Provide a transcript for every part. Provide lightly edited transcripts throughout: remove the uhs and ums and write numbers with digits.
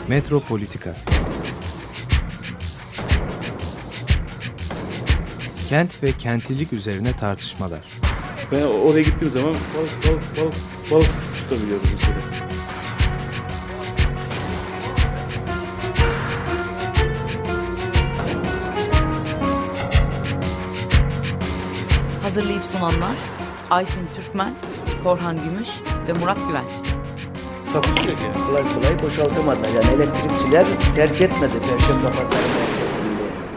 Metropolitika. Kent ve kentlilik üzerine tartışmalar. Ben oraya gittiğim zaman balık tutabiliyorum mesela. Hazırlayıp sunanlar Aysim Türkmen, Korhan Gümüş ve Murat Güvenç. Takusuyor ki. Kolay boşaltamadılar. Yani elektrikçiler terk etmedi Perşembe Pazarı merkezini.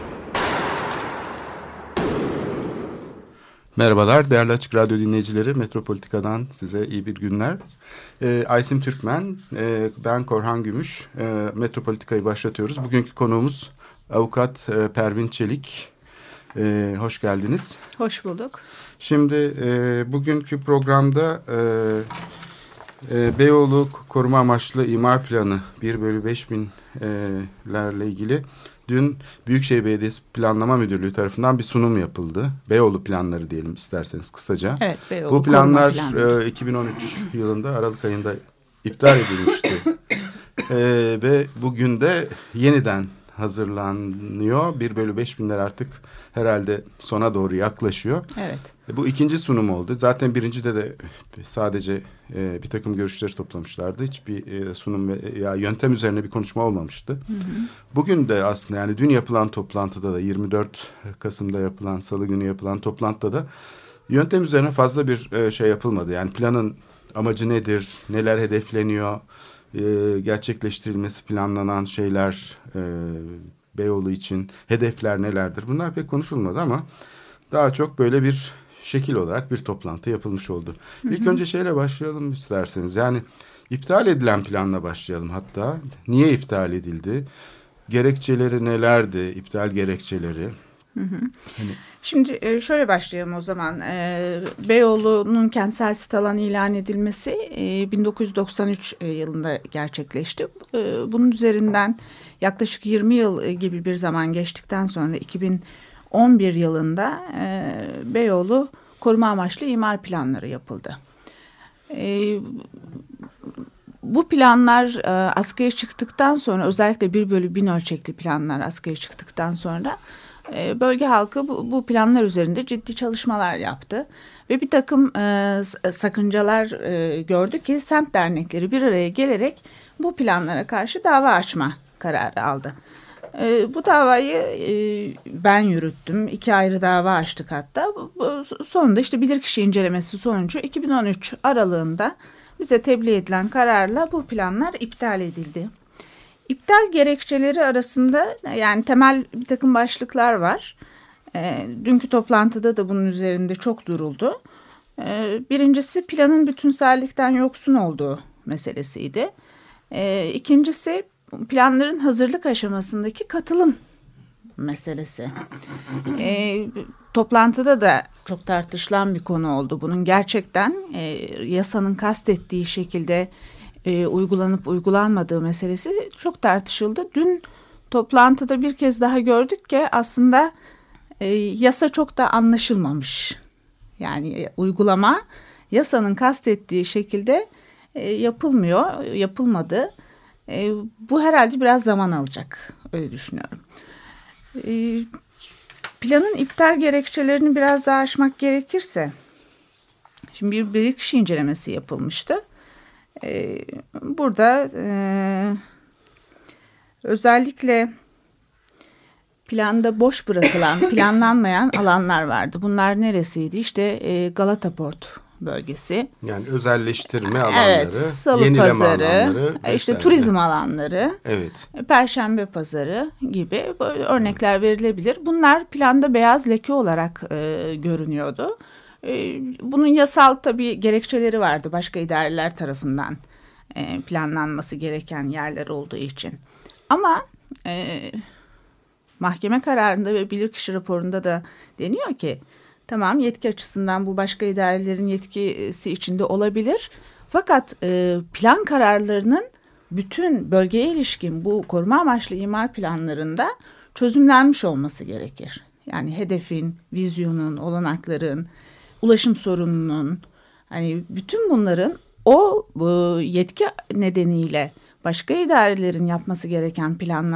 Merhabalar değerli Açık Radyo dinleyicileri, Metropolitika'dan size iyi bir günler. Aysim Türkmen, ben Korhan Gümüş. Metropolitika'yı başlatıyoruz. Bugünkü konuğumuz avukat Pervin Çelik. Hoş geldiniz. Hoş bulduk. Şimdi bugünkü programda Beyoğlu koruma amaçlı imar planı 1/5000'lerle ilgili dün Büyükşehir Belediyesi Planlama Müdürlüğü tarafından bir sunum yapıldı. Beyoğlu planları diyelim isterseniz kısaca. Evet, Beyoğlu bu planlar 2013 yılında Aralık ayında iptal edilmişti. Ve bugün de yeniden hazırlanıyor. 1/5000'ler artık herhalde sona doğru yaklaşıyor. Evet. Bu ikinci sunum oldu. Zaten birincide de sadece bir takım görüşleri toplamışlardı. Hiçbir sunum veya yöntem üzerine bir konuşma olmamıştı. Hı hı. Bugün de aslında yani dün yapılan toplantıda da 24 Kasım'da yapılan, Salı günü yapılan toplantıda da yöntem üzerine fazla bir şey yapılmadı. Yani planın amacı nedir, neler hedefleniyor, gerçekleştirilmesi planlanan şeyler, Beyoğlu için hedefler nelerdir? Bunlar pek konuşulmadı ama daha çok böyle bir şekil olarak bir toplantı yapılmış oldu. Hı hı. İlk önce şeyle başlayalım isterseniz. Yani iptal edilen planla başlayalım hatta. Niye iptal edildi? Gerekçeleri nelerdi? İptal gerekçeleri. Hı hı. Şimdi şöyle başlayalım o zaman. Beyoğlu'nun kentsel sit alanı ilan edilmesi 1993 yılında gerçekleşti. Bunun üzerinden yaklaşık 20 yıl gibi bir zaman geçtikten sonra 2011 yılında Beyoğlu koruma amaçlı imar planları yapıldı. Bu planlar askıya çıktıktan sonra, özellikle 1/1000 ölçekli planlar askıya çıktıktan sonra bölge halkı bu planlar üzerinde ciddi çalışmalar yaptı. Ve bir takım sakıncalar gördü ki semt dernekleri bir araya gelerek bu planlara karşı dava açma kararı aldı. Bu davayı ben yürüttüm. 2 ayrı dava açtık hatta. Sonunda işte bilirkişi incelemesi sonucu 2013 aralığında bize tebliğ edilen kararla bu planlar iptal edildi. İptal gerekçeleri arasında yani temel bir takım başlıklar var. Dünkü toplantıda da bunun üzerinde çok duruldu. Birincisi planın bütünsellikten yoksun olduğu meselesiydi. İkincisi planların hazırlık aşamasındaki katılım meselesi. Toplantıda da çok tartışılan bir konu oldu. Bunun gerçekten yasanın kastettiği şekilde uygulanıp uygulanmadığı meselesi çok tartışıldı. Dün toplantıda bir kez daha gördük ki aslında yasa çok da anlaşılmamış. Yani uygulama yasanın kastettiği şekilde yapılmadı. Bu herhalde biraz zaman alacak, öyle düşünüyorum. Planın iptal gerekçelerini biraz daha aşmak gerekirse, şimdi bir bilirkişi incelemesi yapılmıştı. Burada özellikle planda boş bırakılan, planlanmayan alanlar vardı. Bunlar neresiydi? İşte Galata Port bölgesi. Yani özelleştirme alanları, evet, Salı yenileme Pazarı, alanları, işte turizm alanları, evet, Perşembe Pazarı gibi böyle örnekler verilebilir. Bunlar planda beyaz leke olarak görünüyordu. Bunun yasal tabii gerekçeleri vardı başka idareler tarafından planlanması gereken yerler olduğu için. Ama mahkeme kararında ve bilirkişi raporunda da deniyor ki tamam, yetki açısından bu başka idarelerin yetkisi içinde olabilir. Fakat plan kararlarının bütün bölgeye ilişkin bu koruma amaçlı imar planlarında çözümlenmiş olması gerekir. Yani hedefin, vizyonun, olanakların, ulaşım sorununun, hani bütün bunların o yetki nedeniyle başka idarelerin yapması gereken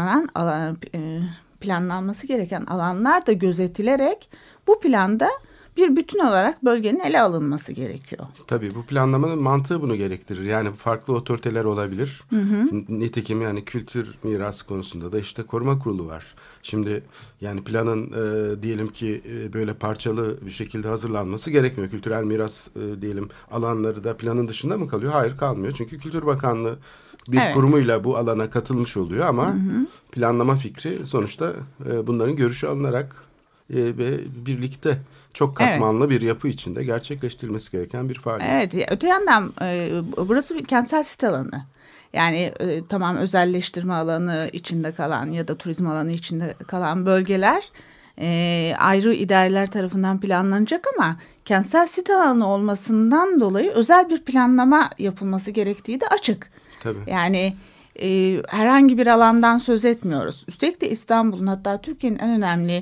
planlanması gereken alanlar da gözetilerek bu planda bir bütün olarak bölgenin ele alınması gerekiyor. Tabii bu planlamanın mantığı bunu gerektirir. Yani farklı otoriteler olabilir. Nitekim yani kültür mirası konusunda da işte koruma kurulu var. Şimdi yani planın diyelim ki böyle parçalı bir şekilde hazırlanması gerekmiyor. Kültürel miras diyelim alanları da planın dışında mı kalıyor? Hayır, kalmıyor. Çünkü Kültür Bakanlığı bir kurumuyla bu alana katılmış oluyor ama planlama fikri sonuçta bunların görüşü alınarak ve birlikte çok katmanlı bir yapı içinde gerçekleştirilmesi gereken bir faaliyet. Evet, öte yandan burası bir kentsel sit alanı. Yani tamam, özelleştirme alanı içinde kalan ya da turizm alanı içinde kalan bölgeler ayrı idareler tarafından planlanacak ama kentsel sit alanı olmasından dolayı özel bir planlama yapılması gerektiği de açık. Tabii. Yani herhangi bir alandan söz etmiyoruz. Üstelik de İstanbul'un, hatta Türkiye'nin en önemli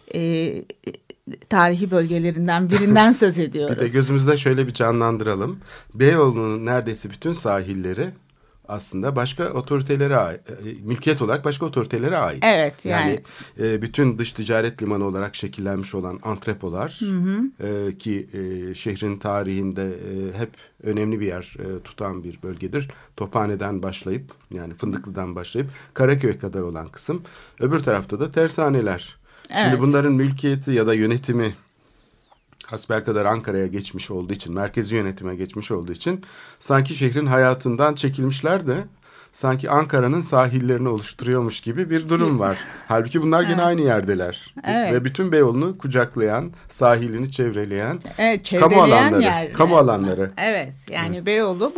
tarihi bölgelerinden birinden söz ediyoruz. Bir de gözümüzde şöyle bir canlandıralım. Beyoğlu'nun neredeyse bütün sahilleri aslında başka otoritelere ait, mülkiyet olarak başka otoritelere ait. Evet, yani bütün dış ticaret limanı olarak şekillenmiş olan antrepolar ki şehrin tarihinde hep önemli bir yer tutan bir bölgedir. Tophane'den başlayıp yani Fındıklı'dan başlayıp Karaköy'e kadar olan kısım. Öbür tarafta da tersaneler. Evet. Şimdi bunların mülkiyeti ya da yönetimi hasbelkader Ankara'ya geçmiş olduğu için, merkezi yönetime geçmiş olduğu için sanki şehrin hayatından çekilmişler de sanki Ankara'nın sahillerini oluşturuyormuş gibi bir durum var. Halbuki bunlar gene aynı yerdeler. Evet. Ve bütün Beyoğlu'nu kucaklayan, sahilini çevreleyen, çevreleyen kamu alanları, yer. kamu alanları. Evet, yani Beyoğlu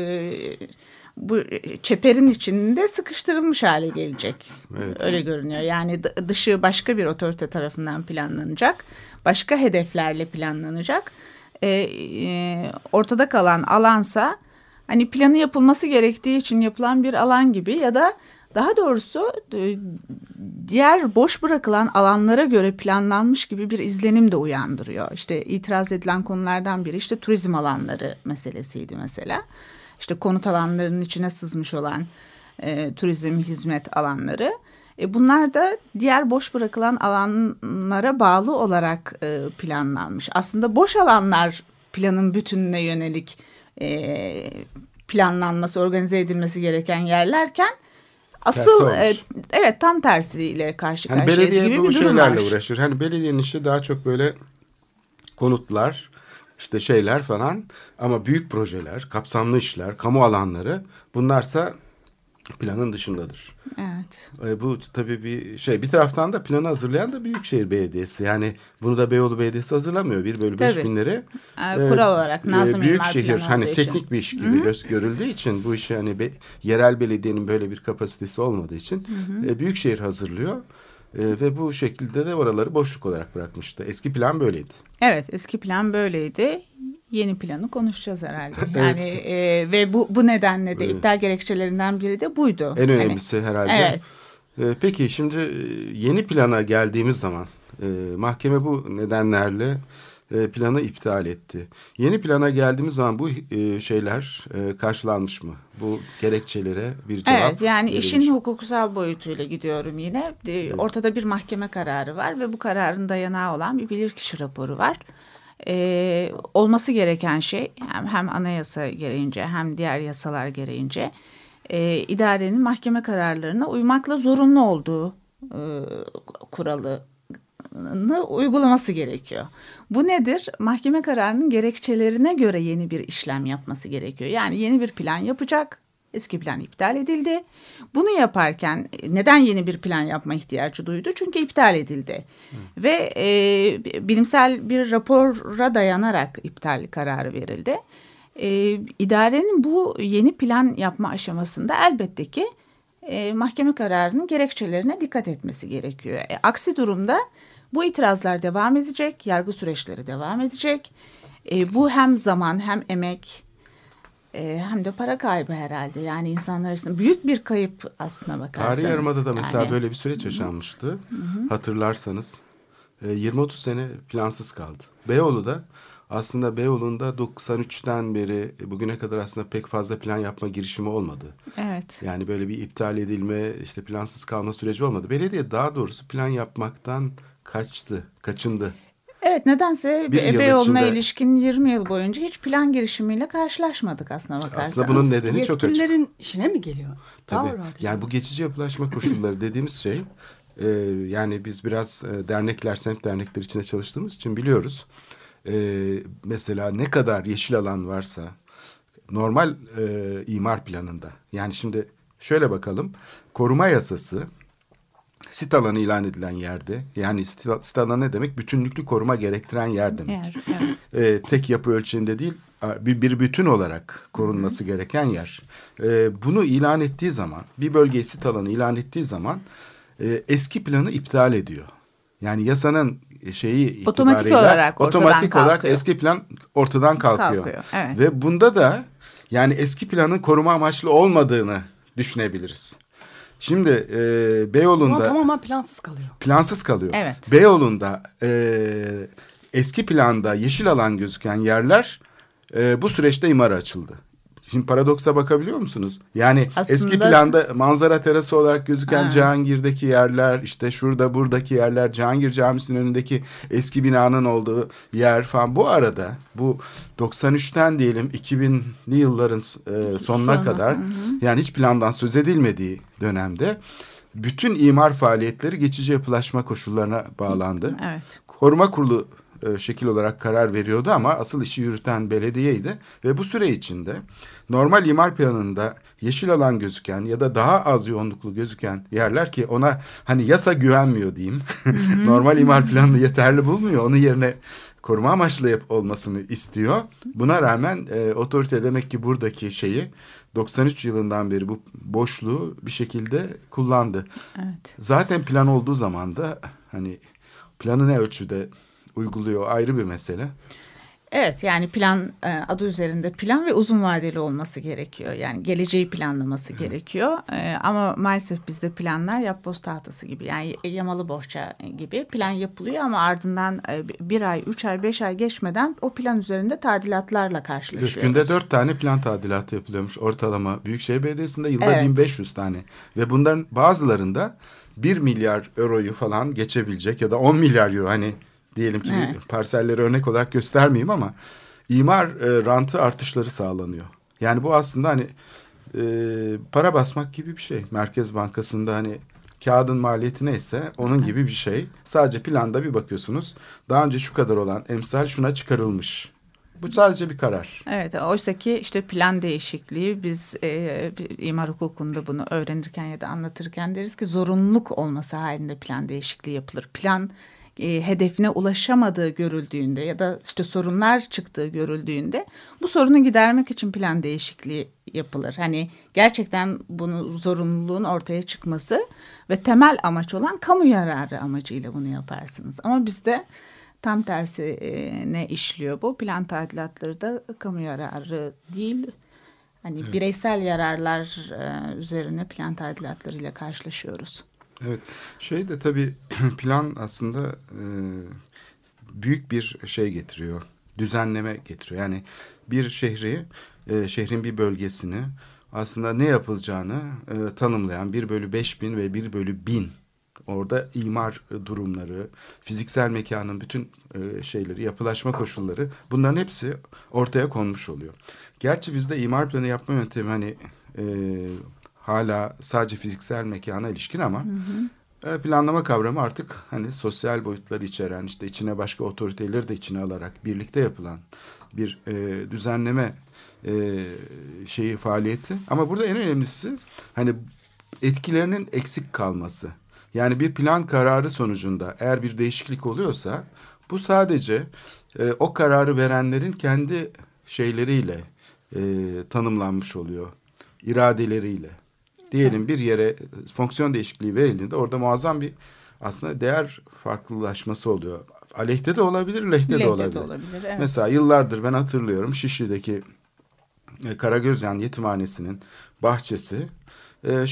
bu çeperin içinde sıkıştırılmış hale gelecek. Evet. Öyle görünüyor. Yani dışı başka bir otorite tarafından planlanacak. Başka hedeflerle planlanacak. Ortada kalan alansa hani planı yapılması gerektiği için yapılan bir alan gibi ya da daha doğrusu diğer boş bırakılan alanlara göre planlanmış gibi bir izlenim de uyandırıyor. İşte itiraz edilen konulardan biri işte turizm alanları meselesiydi mesela. İşte konut alanlarının içine sızmış olan turizm hizmet alanları. Bunlar da diğer boş bırakılan alanlara bağlı olarak planlanmış. Aslında boş alanlar planın bütününe yönelik planlanması, organize edilmesi gereken yerlerken asıl evet tam tersiyle karşı karşıyayız gibi bir durum var. Belediye bu şeylerle uğraşır. Hani belediyenin işi daha çok böyle konutlar, işte şeyler falan ama büyük projeler, kapsamlı işler, kamu alanları bunlarsa planın dışındadır. Evet. Bu tabii bir taraftan da planı hazırlayan da Büyükşehir Belediyesi. Yani bunu da Beyoğlu Belediyesi hazırlamıyor. 1/5.000'leri. Kural olarak Nazım Büyükşehir hani teknik bir iş gibi görüldüğü için bu işi hani yerel belediyenin böyle bir kapasitesi olmadığı için Büyükşehir hazırlıyor. Ve bu şekilde de oraları boşluk olarak bırakmıştı. Eski plan böyleydi. Evet, eski plan böyleydi. Yeni planı konuşacağız herhalde. Yani ve bu nedenle de iptal gerekçelerinden biri de buydu. En önemlisi herhalde. Evet. Peki şimdi yeni plana geldiğimiz zaman mahkeme bu nedenlerle planı iptal etti. Yeni plana geldiğimiz zaman bu şeyler karşılanmış mı? Bu gerekçelere bir cevap Evet, yani verilmiş. işin hukuksal boyutuyla gidiyorum yine. Ortada bir mahkeme kararı var ve bu kararın dayanağı olan bir bilirkişi raporu var. Olması gereken şey hem anayasa gereğince hem diğer yasalar gereğince idarenin mahkeme kararlarına uymakla zorunlu olduğu kuralını uygulaması gerekiyor. Bu nedir? Mahkeme kararının gerekçelerine göre yeni bir işlem yapması gerekiyor. Yani yeni bir plan yapacak. Eski plan iptal edildi. Bunu yaparken neden yeni bir plan yapma ihtiyacı duydu? Çünkü iptal edildi. Ve bilimsel bir rapora dayanarak iptal kararı verildi. İdarenin bu yeni plan yapma aşamasında elbette ki mahkeme kararının gerekçelerine dikkat etmesi gerekiyor. Aksi durumda bu itirazlar devam edecek, yargı süreçleri devam edecek. Bu hem zaman hem emek hem de para kaybı herhalde. Yani insanlar için büyük bir kayıp aslına bakarsanız. Tarihi Yarımada'da mesela böyle bir süreç yaşanmıştı. Hatırlarsanız 20-30 sene plansız kaldı. Beyoğlu'da aslında Beyoğlu'nda 93'ten beri bugüne kadar aslında pek fazla plan yapma girişimi olmadı. Evet. Yani böyle bir iptal edilme, işte plansız kalma süreci olmadı. Belediye daha doğrusu plan yapmaktan kaçındı. Evet, nedense Bir yıl Beyoğlu'na içinde- ilişkin 20 yıl boyunca hiç plan girişimiyle karşılaşmadık aslına bakarsanız. Aslında bunun nedeni çok açık. Yetkililerin işine mi geliyor? Daha Tabii. rahat. Yani bu geçici yapılaşma koşulları dediğimiz şey, yani biz biraz dernekler, semt dernekleri içinde çalıştığımız için biliyoruz. Mesela ne kadar yeşil alan varsa normal imar planında, yani şimdi şöyle bakalım, koruma yasası sit alanı ilan edilen yerde, yani sit alanı ne demek? Bütünlüklü koruma gerektiren yer demek. Evet. Tek yapı ölçeğinde değil, bir bütün olarak korunması gereken yer. Bunu ilan ettiği zaman, bir bölgeyi sit alanı ilan ettiği zaman eski planı iptal ediyor. Yani yasanın şeyi Otomatik itibariyle olarak kalkıyor. eski plan ortadan kalkıyor. Evet. Ve bunda da yani eski planın koruma amaçlı olmadığını düşünebiliriz. Şimdi Beyoğlu'nda Tamamen plansız kalıyor. plansız kalıyor. Evet. Beyoğlu'nda eski planda yeşil alan gözüken yerler bu süreçte imara açıldı. Şimdi paradoksa bakabiliyor musunuz? Yani Aslında- eski planda manzara terası olarak gözüken Ha. Cihangir'deki yerler, işte şurada buradaki yerler, Cihangir Camisi'nin önündeki eski binanın olduğu yer falan. Bu arada bu 93'ten diyelim 2000'li yılların sonuna kadar yani hiç plandan söz edilmediği dönemde bütün imar faaliyetleri geçici yapılaşma koşullarına bağlandı. Evet. Koruma Kurulu şekil olarak karar veriyordu ama asıl işi yürüten belediyeydi. Ve bu süre içinde normal imar planında yeşil alan gözüken ya da daha az yoğunluklu gözüken yerler, ki ona hani yasa güvenmiyor diyeyim. Normal imar planını yeterli bulmuyor. Onun yerine koruma amaçlı olmasını istiyor. Buna rağmen otorite demek ki buradaki şeyi 93 yılından beri bu boşluğu bir şekilde kullandı. Evet. Zaten plan olduğu zaman da hani planı ne ölçüde uyguluyor ayrı bir mesele. Evet, yani plan adı üzerinde plan ve uzun vadeli olması gerekiyor. Yani geleceği planlaması gerekiyor. Ama maalesef bizde planlar yapboz tahtası gibi, yani yamalı bohça gibi plan yapılıyor ama ardından 1 ay, 3 ay, 5 ay geçmeden o plan üzerinde tadilatlarla karşılaşıyoruz. Günde 4 tane plan tadilatı yapılıyormuş ortalama. Büyükşehir Belediyesi'nde yılda Evet. 1500 tane. Ve bunların bazılarında 1 milyar euroyu falan geçebilecek ya da 10 milyar euro, hani diyelim ki Evet. parselleri örnek olarak göstermeyeyim ama imar rantı artışları sağlanıyor. Yani bu aslında hani para basmak gibi bir şey. Merkez Bankası'nda hani kağıdın maliyeti neyse onun gibi bir şey. Sadece planda bir bakıyorsunuz. Daha önce şu kadar olan emsal şuna çıkarılmış. Bu sadece bir karar. Evet, oysa ki işte plan değişikliği, biz imar hukukunda bunu öğrenirken ya da anlatırken deriz ki zorunluluk olması halinde plan değişikliği yapılır. Plan hedefine ulaşamadığı görüldüğünde ya da işte sorunlar çıktığı görüldüğünde bu sorunu gidermek için plan değişikliği yapılır. Hani gerçekten bunu zorunluluğun ortaya çıkması ve temel amaç olan kamu yararı amacıyla bunu yaparsınız. Ama bizde tam tersi ne işliyor bu? Plan tadilatları da kamu yararı değil, hani bireysel yararlar üzerine plan tadilatlarıyla karşılaşıyoruz. Evet. Şey de tabii plan aslında büyük bir şey getiriyor. Düzenleme getiriyor. Yani bir şehrin bir bölgesini aslında ne yapılacağını tanımlayan 1/5000 ve 1/1000 orada imar durumları, fiziksel mekanın bütün şeyleri, yapılaşma koşulları, bunların hepsi ortaya konmuş oluyor. Gerçi bizde imar planı yapma yöntemi hani hala sadece fiziksel mekana ilişkin ama planlama kavramı artık hani sosyal boyutları içeren, işte içine başka otoriteleri de içine alarak birlikte yapılan bir düzenleme faaliyeti. Ama burada en önemlisi hani etkilerinin eksik kalması. Yani bir plan kararı sonucunda eğer bir değişiklik oluyorsa bu sadece o kararı verenlerin kendi şeyleriyle tanımlanmış oluyor. İradeleriyle. Diyelim bir yere fonksiyon değişikliği verildiğinde orada muazzam bir aslında değer farklılaşması oluyor. Aleyhte de olabilir, lehte de olabilir. Evet. Mesela yıllardır ben hatırlıyorum Şişli'deki Karagözyan Yetimhanesi'nin bahçesi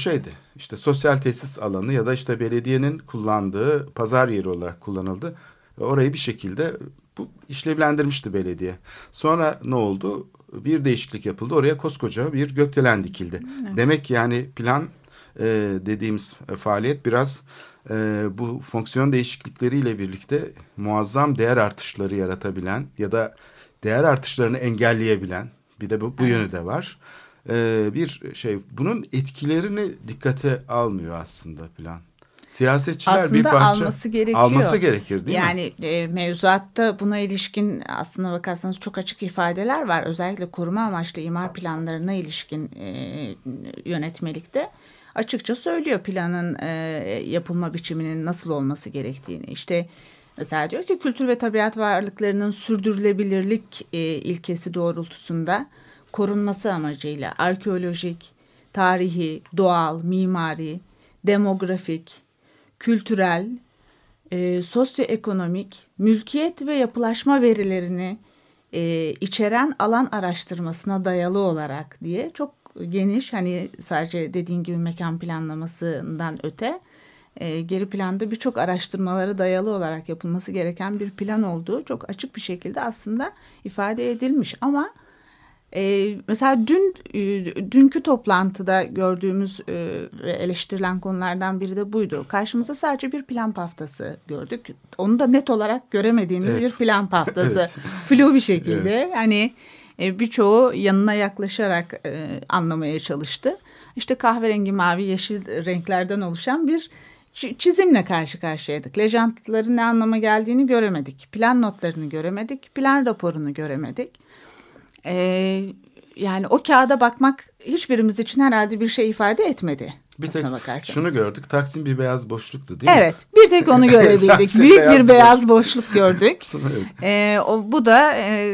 işte sosyal tesis alanı ya da işte belediyenin kullandığı pazar yeri olarak kullanıldı. orayı bir şekilde işlevlendirmişti belediye. Sonra ne oldu? Bir değişiklik yapıldı. Oraya koskoca bir gökdelen dikildi. Evet. Demek ki yani plan dediğimiz faaliyet biraz bu fonksiyon değişiklikleriyle birlikte muazzam değer artışları yaratabilen ya da değer artışlarını engelleyebilen, bir de bu yönü de var. Bir şey, bunun etkilerini dikkate almıyor aslında plan. Siyasetçiler aslında bir parça alması gerekir değil mi? Yani mevzuatta buna ilişkin aslına bakarsanız çok açık ifadeler var. Özellikle koruma amaçlı imar planlarına ilişkin yönetmelikte açıkça söylüyor planın yapılma biçiminin nasıl olması gerektiğini. İşte mesela diyor ki kültür ve tabiat varlıklarının sürdürülebilirlik ilkesi doğrultusunda korunması amacıyla arkeolojik, tarihi, doğal, mimari, demografik, kültürel, sosyoekonomik, mülkiyet ve yapılaşma verilerini içeren alan araştırmasına dayalı olarak diye çok geniş, hani sadece dediğin gibi mekan planlamasından öte geri planda birçok araştırmalara dayalı olarak yapılması gereken bir plan olduğu çok açık bir şekilde aslında ifade edilmiş. Ama mesela dünkü toplantıda gördüğümüz ve eleştirilen konulardan biri de buydu. Karşımıza sadece bir plan paftası gördük. Onu da net olarak göremediğimiz bir plan paftası. Evet. Flu bir şekilde. Evet. Hani birçoğu yanına yaklaşarak anlamaya çalıştı. İşte kahverengi, mavi, yeşil renklerden oluşan bir çizimle karşı karşıyaydık. Lejantların ne anlama geldiğini göremedik. Plan notlarını göremedik. Plan raporunu göremedik. Yani o kağıda bakmak hiçbirimiz için herhalde bir şey ifade etmedi. Bir tek şunu gördük. Taksim bir beyaz boşluktu değil mi? Evet. Bir tek onu görebildik. Büyük bir beyaz boşluk gördük. Bu da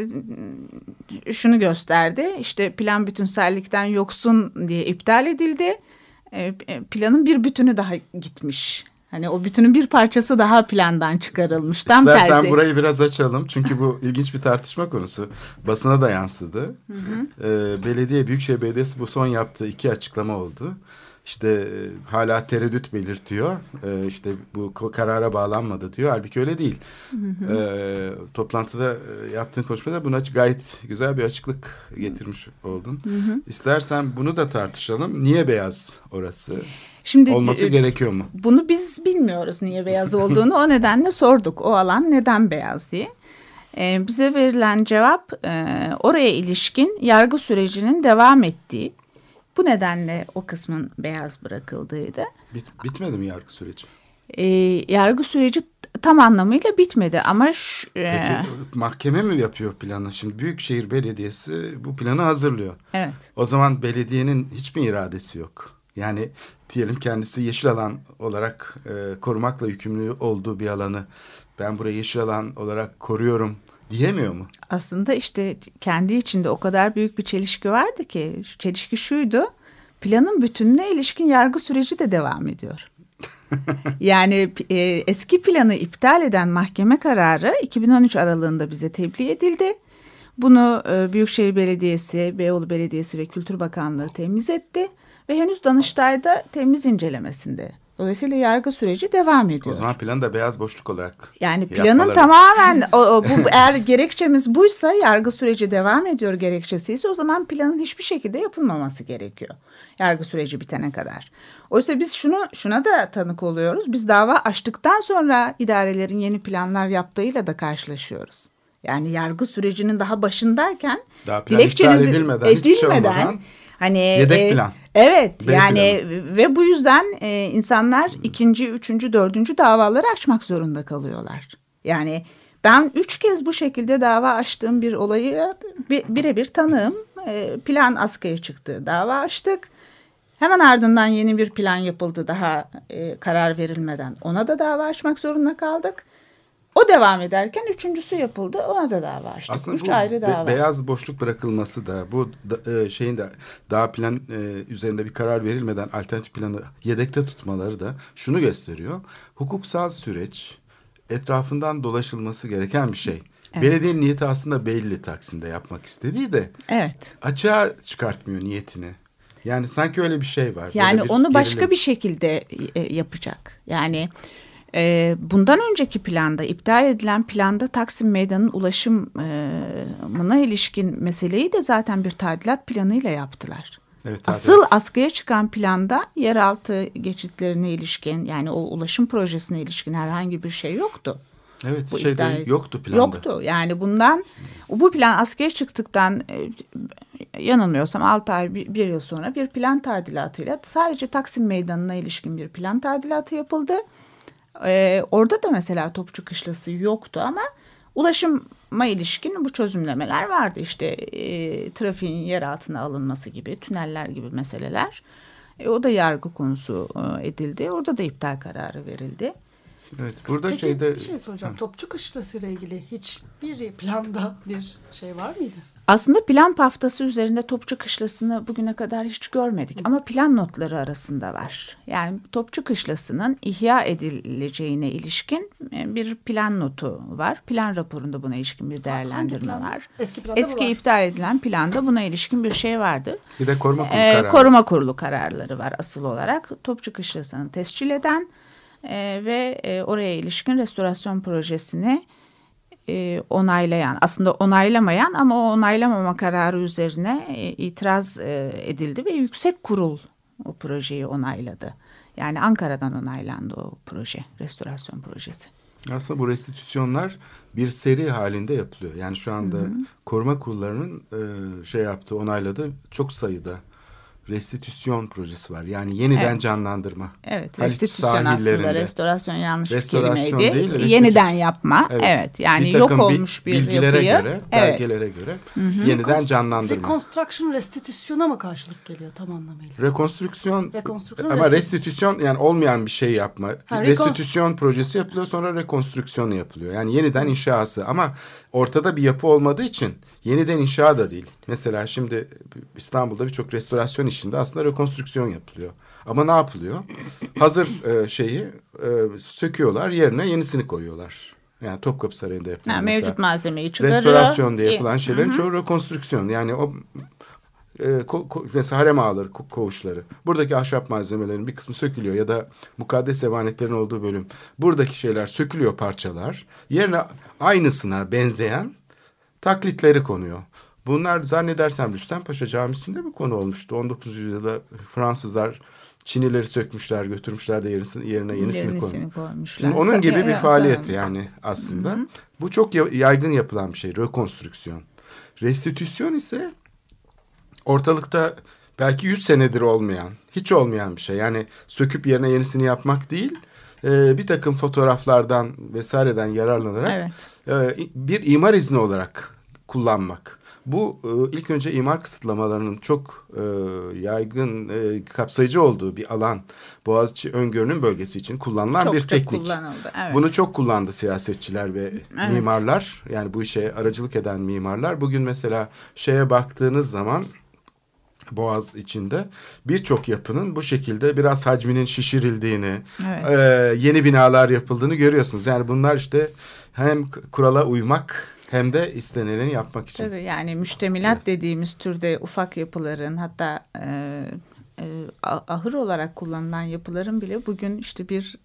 şunu gösterdi. İşte plan bütünsellikten yoksun diye iptal edildi. Planın bir bütünü daha gitmiş. Hani o bütünün bir parçası daha plandan çıkarılmış. Tam tersi. İstersen burayı biraz açalım. Çünkü bu ilginç bir tartışma konusu. Basına da yansıdı. Büyükşehir Belediyesi bu son yaptığı 2 açıklama oldu. İşte hala tereddüt belirtiyor. İşte bu karara bağlanmadı diyor. Halbuki öyle değil. Toplantıda yaptığın konuşmada buna gayet güzel bir açıklık getirmiş oldun. İstersen bunu da tartışalım. Niye beyaz orası? Şimdi, olması gerekiyor mu? Bunu biz bilmiyoruz niye beyaz olduğunu. O nedenle sorduk. O alan neden beyaz diye. Bize verilen cevap oraya ilişkin yargı sürecinin devam ettiği. Bu nedenle o kısmın beyaz bırakıldığıydı. Bitmedi mi yargı süreci? Yargı süreci tam anlamıyla bitmedi ama... Peki mahkeme mi yapıyor planı? Şimdi Büyükşehir Belediyesi bu planı hazırlıyor. Evet. O zaman belediyenin hiç mi iradesi yok? Yani diyelim kendisi yeşil alan olarak korumakla yükümlü olduğu bir alanı ben burayı yeşil alan olarak koruyorum diyemiyor mu? Aslında işte kendi içinde o kadar büyük bir çelişki vardı ki, çelişki şuydu: planın bütününe ilişkin yargı süreci de devam ediyor. Yani eski planı iptal eden mahkeme kararı 2013 aralığında bize tebliğ edildi. Bunu Büyükşehir Belediyesi, Beyoğlu Belediyesi ve Kültür Bakanlığı temiz etti ve henüz Danıştay'da temiz incelemesinde. Dolayısıyla yargı süreci devam ediyor. O zaman plan da beyaz boşluk olarak. Yani planın tamamen eğer gerekçemiz buysa, yargı süreci devam ediyor gerekçesi ise, o zaman planın hiçbir şekilde yapılmaması gerekiyor yargı süreci bitene kadar. Oysa biz şuna da tanık oluyoruz. Biz dava açtıktan sonra idarelerin yeni planlar yaptığıyla da karşılaşıyoruz. Yani yargı sürecinin daha başındayken, daha plan iptal edilmeden hiçbir şey olmadan hani yedek plan. Evet, yani ve bu yüzden insanlar 2., 3., 4. davaları açmak zorunda kalıyorlar. Yani ben 3 kez bu şekilde dava açtığım bir olayı birebir tanığım. Plan askıya çıktı, dava açtık. Hemen ardından yeni bir plan yapıldı, daha karar verilmeden. Ona da dava açmak zorunda kaldık. O devam ederken 3.'sü yapıldı, ona da dava açtık. Aslında 3 ayrı dava. Beyaz boşluk bırakılması da, bu şeyin de daha plan üzerinde bir karar verilmeden alternatif planı yedekte tutmaları da şunu gösteriyor: hukuksal süreç etrafından dolaşılması gereken bir şey. Evet. Belediyenin niyeti aslında belli, Taksim'de yapmak istediği de. Evet. Açığa çıkartmıyor niyetini. Yani sanki öyle bir şey var. Yani onu başka bir şekilde yapacak. Yani Bundan önceki planda, iptal edilen planda Taksim Meydanı'nın ulaşımına ilişkin meseleyi de zaten bir tadilat planıyla yaptılar. Evet, Asıl askıya çıkan planda yeraltı geçitlerine ilişkin, yani o ulaşım projesine ilişkin herhangi bir şey yoktu. Evet, Bu yoktu planda. Yoktu. Yani bu plan askıya çıktıktan yanılmıyorsam 6 ay, bir yıl sonra bir plan tadilatıyla sadece Taksim Meydanı'na ilişkin bir plan tadilatı yapıldı. Orada da mesela Topçu Kışlası yoktu ama ulaşıma ilişkin bu çözümlemeler vardı. İşte trafiğin yer altına alınması gibi, tüneller gibi meseleler. O da yargı konusu edildi. Orada da iptal kararı verildi. Evet, burada Peki, bir şey soracağım. Topçu Kışlası ile ilgili hiçbir planda bir şey var mıydı? Aslında plan paftası üzerinde Topçu Kışlası'nı bugüne kadar hiç görmedik ama plan notları arasında var. Yani Topçu Kışlası'nın ihya edileceğine ilişkin bir plan notu var. Plan raporunda buna ilişkin bir değerlendirme var. Eski iptal edilen planda buna ilişkin bir şey vardı. Bir de koruma kurulu kararı. Koruma kurulu kararları var asıl olarak. Topçu Kışlası'nı tescil eden ve oraya ilişkin restorasyon projesini onaylayan, aslında onaylamayan ama o onaylamama kararı üzerine itiraz edildi ve yüksek kurul o projeyi onayladı. Yani Ankara'dan onaylandı o proje, restorasyon projesi. Aslında bu restitüsyonlar bir seri halinde yapılıyor. Yani şu anda koruma kurullarının onayladığı çok sayıda restitüsyon projesi var. Yani yeniden canlandırma. Evet, Haliç restitüsyon aslında, restorasyon yanlış bir kelimeydi. Değil, yeniden yapma. Evet, yani yok olmuş bir bilgilere yapıyı. Göre, belgelere göre yeniden canlandırma. Reconstruction restitüsyona mı karşılık geliyor tam anlamıyla? Rekonstrüksiyon ama restitüsyon yani olmayan bir şey yapma. Restitüsyon projesi yapılıyor, sonra rekonstrüksiyonu yapılıyor. Yani yeniden inşası ama ortada bir yapı olmadığı için yeniden inşa da değil. Mesela şimdi İstanbul'da birçok restorasyon işinde aslında rekonstrüksiyon yapılıyor. Ama ne yapılıyor? Hazır söküyorlar, yerine yenisini koyuyorlar. Yani Topkapı Sarayı'nda yapılan mevcut malzemeyi çıkarıyor. Restorasyon diye yapılan şeylerin çoğu rekonstrüksiyon. Yani o mesela harem ağaları, koğuşları. Buradaki ahşap malzemelerin bir kısmı sökülüyor ya da mukaddes emanetlerin olduğu bölüm. Buradaki şeyler sökülüyor, parçalar. Yerine aynısına benzeyen taklitleri konuyor. Bunlar zannedersem Rüstempaşa Camisi'nde mi konu olmuştu? 19. yüzyılda Fransızlar Çinileri sökmüşler, götürmüşler de yerine yenisini koymuşlar. Şimdi onun gibi bir faaliyet yani aslında. Bu çok yaygın yapılan bir şey, rekonstrüksiyon. Restitüsyon ise ortalıkta belki 100 senedir olmayan, hiç olmayan bir şey. Yani söküp yerine yenisini yapmak değil, bir takım fotoğraflardan vesaireden yararlanarak bir imar izni olarak kullanmak. Bu ilk önce imar kısıtlamalarının çok yaygın, kapsayıcı olduğu bir alan. Boğaziçi Öngörü'nün bölgesi için kullanılan bir teknik. Kullanıldı, evet. Bunu çok kullandı siyasetçiler ve mimarlar. Yani bu işe aracılık eden mimarlar. Bugün mesela baktığınız zaman Boğaz içinde birçok yapının bu şekilde biraz hacminin şişirildiğini, yeni binalar yapıldığını görüyorsunuz. Yani bunlar işte hem kurala uymak hem de istenileni yapmak için. Tabii yani müştemilat dediğimiz türde ufak yapıların, hatta ahır olarak kullanılan yapıların bile bugün işte bir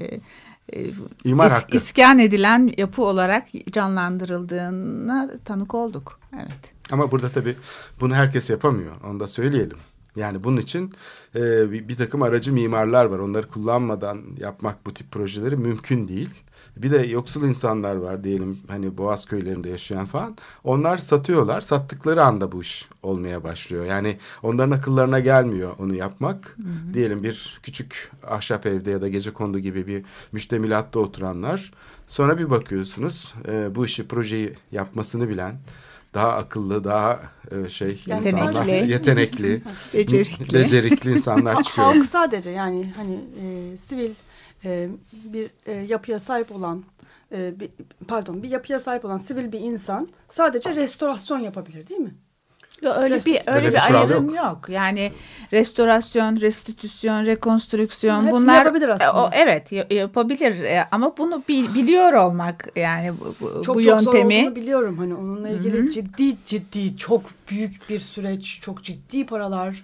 iskan edilen yapı olarak canlandırıldığına tanık olduk. Evet. Ama burada tabii bunu herkes yapamıyor. Onu da söyleyelim. Yani bunun için bir takım aracı mimarlar var. Onları kullanmadan yapmak bu tip projeleri mümkün değil. Bir de yoksul insanlar var diyelim, hani Boğaz köylerinde yaşayan falan. Onlar satıyorlar. Sattıkları anda bu iş olmaya başlıyor. Yani onların akıllarına gelmiyor onu yapmak. Diyelim bir küçük ahşap evde ya da gecekondu gibi bir müştemilatta oturanlar. Sonra bir bakıyorsunuz bu projeyi yapmasını bilen, daha akıllı, daha insanlar, yetenekli, becerikli insanlar çıkıyor. Halk sadece yani hani sivil bir yapıya sahip olan bir yapıya sahip olan sivil bir insan sadece restorasyon yapabilir, değil mi? Öyle bir ayrım yok. Yani restorasyon, restitüsyon, rekonstrüksiyon, hepsini bunlar yapabilir aslında. Yapabilir ama bunu biliyor olmak, yani bu yöntemi. Çok zor olduğunu biliyorum. Hani onunla ilgili ciddi çok büyük bir süreç, çok ciddi paralar,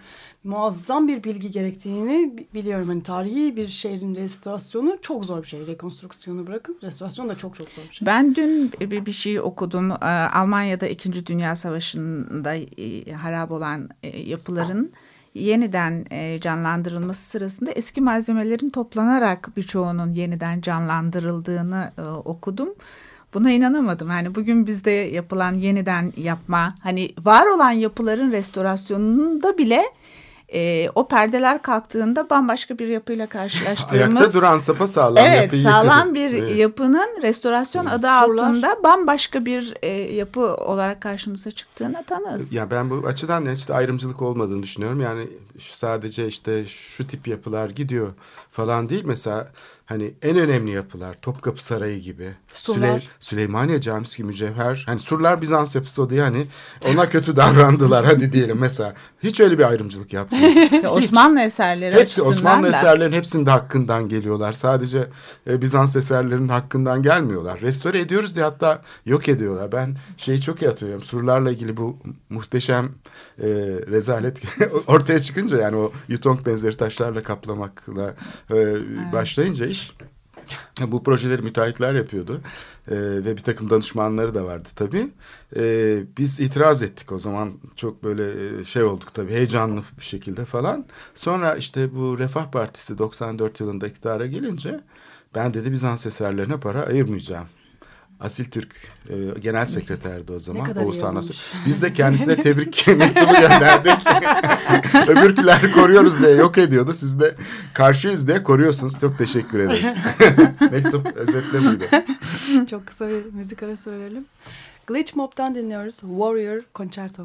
muazzam bir bilgi gerektiğini biliyorum. Hani tarihi bir şehrin restorasyonu çok zor bir şey. Rekonstrüksiyonu bırakın. Restorasyon da çok zor bir şey. Ben dün bir şey okudum. Almanya'da 2. Dünya Savaşı'nda harap olan yapıların yeniden canlandırılması sırasında eski malzemelerin toplanarak birçoğunun yeniden canlandırıldığını okudum. Buna inanamadım. Hani bugün bizde yapılan yeniden yapma, hani var olan yapıların restorasyonunda bile o perdeler kalktığında bambaşka bir yapıyla karşılaştığımız... Ayakta duran sapasağlam evet, yapıyı sağlam yıkıyor. bir yapının restorasyon adı altında bambaşka bir yapı olarak karşımıza çıktığına tanığız. Ya ben bu açıdan işte ayrımcılık olmadığını düşünüyorum. Yani sadece işte şu tip yapılar gidiyor falan değil. Mesela hani en önemli yapılar Topkapı Sarayı gibi, Süleymaniye Camisi gibi mücevher. Hani surlar Bizans yapısı o diye hani ona kötü davrandılar hadi diyelim mesela. Hiç öyle bir ayrımcılık yapmıyor. Osmanlı eserleri hepsi açısından Osmanlı da. eserlerin hepsinin de hakkından geliyorlar. Sadece Bizans eserlerinin hakkından gelmiyorlar. Restore ediyoruz diye hatta yok ediyorlar. Ben şeyi çok iyi hatırlıyorum. Surlarla ilgili bu muhteşem rezalet ortaya çıkınca yani o yutong benzeri taşlarla kaplamakla başlayınca iş. Bu projeleri müteahhitler yapıyordu ve bir takım danışmanları da vardı tabii. Biz itiraz ettik o zaman çok böyle şey olduk tabii heyecanlı bir şekilde falan. Sonra işte bu Refah Partisi 94 yılında iktidara gelince ben dedi Bizans eserlerine para ayırmayacağım. Asil Türk genel sekreterdi o zaman. Oğuzhan Asil. Biz de kendisine tebrik mektubu gönderdik. Öbürküleri koruyoruz diye yok ediyordu. Siz de karşıyız diye koruyorsunuz. Çok teşekkür ederiz. Mektup özetle buydu. Çok kısa bir müzik arası verelim. Glitch Mob'dan dinliyoruz. Warrior Concerto.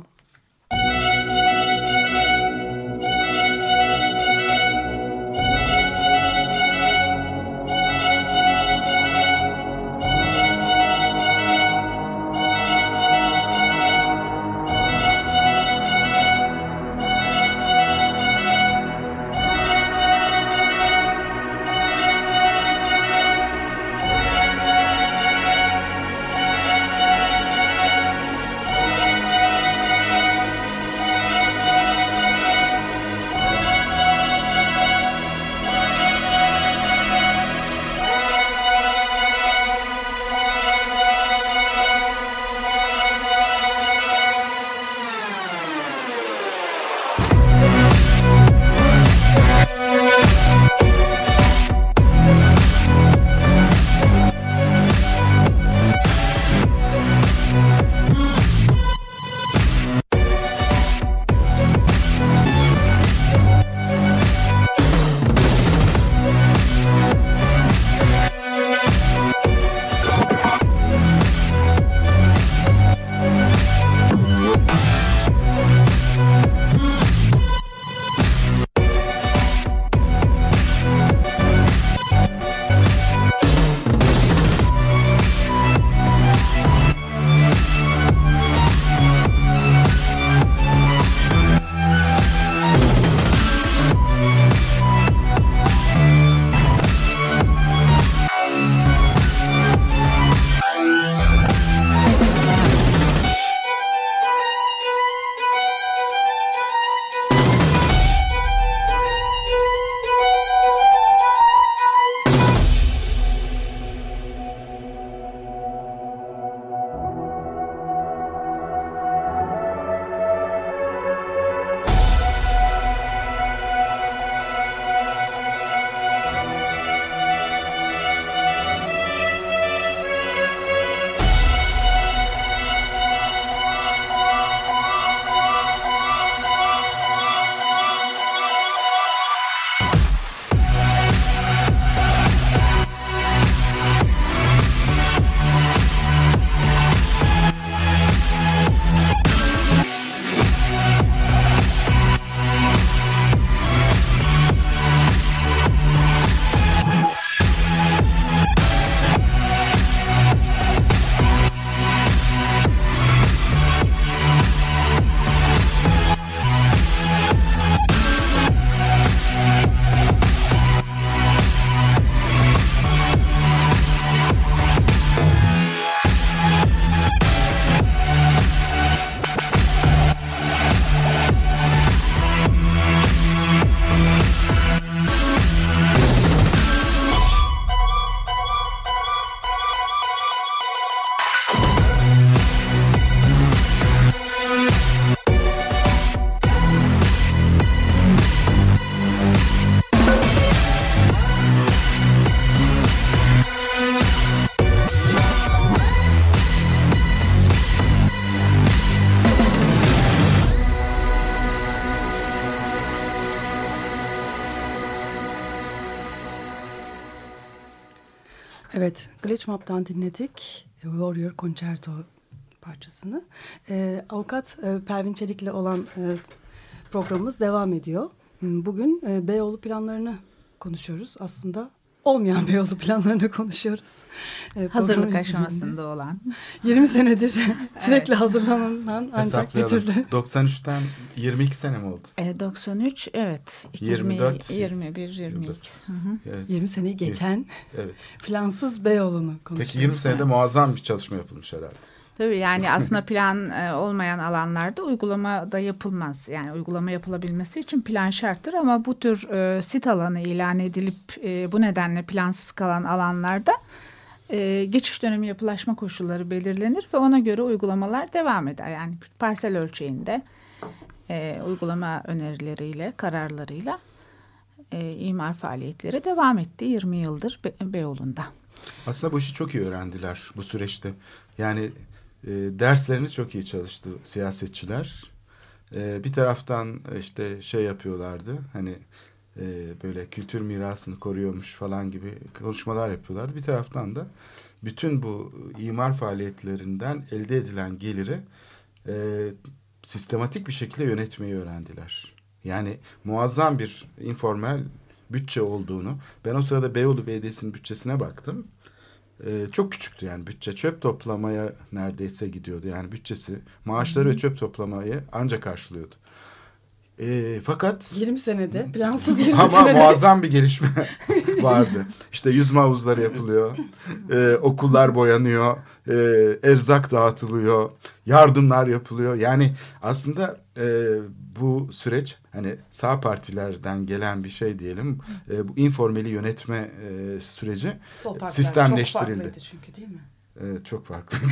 Evet, Glitch Mob'dan dinledik Warrior Concerto parçasını. Avukat Pervin Çelik'le olan programımız devam ediyor. Bugün Beyoğlu planlarını konuşuyoruz. Aslında olmayan Beyoğlu planlarını konuşuyoruz. Hazırlık aşamasında olan. 20 senedir sürekli hazırlanan ancak bir türlü. 93'ten 22 sene mi oldu? 93 evet. 24, 21, 22. Evet. 20 seneyi geçen Evet. plansız Beyoğlu'nu konuşuyoruz. Peki 20 senede muazzam bir çalışma yapılmış herhalde. Tabii yani aslında plan olmayan alanlarda uygulama da yapılmaz. Yani uygulama yapılabilmesi için plan şarttır ama bu tür sit alanı ilan edilip bu nedenle plansız kalan alanlarda geçiş dönemi yapılaşma koşulları belirlenir ve ona göre uygulamalar devam eder. Yani parsel ölçeğinde uygulama önerileriyle, kararlarıyla imar faaliyetleri devam etti 20 yıldır Beyoğlu'nda. Aslında bu işi çok iyi öğrendiler bu süreçte. Yani derslerini çok iyi çalıştı siyasetçiler. Bir taraftan işte şey yapıyorlardı. Hani böyle kültür mirasını koruyormuş falan gibi konuşmalar yapıyorlardı. Bir taraftan da bütün bu imar faaliyetlerinden elde edilen geliri sistematik bir şekilde yönetmeyi öğrendiler. Yani muazzam bir informal bütçe olduğunu. Ben o sırada Beyoğlu Belediyesi'nin bütçesine baktım. Çok küçüktü yani bütçe. Çöp toplamaya neredeyse gidiyordu. Yani bütçesi maaşları ve çöp toplamayı ancak karşılıyordu. Fakat 20 senede plansız 20 ama senede. muazzam bir gelişme vardı. İşte yüzme havuzları yapılıyor. Okullar boyanıyor. Erzak dağıtılıyor. Yardımlar yapılıyor. Yani aslında bu süreç hani sağ partilerden gelen bir şey diyelim. Bu informeli yönetme süreci sistemleştirildi. Çok farklıydı çünkü değil mi? Evet, çok farklıydı.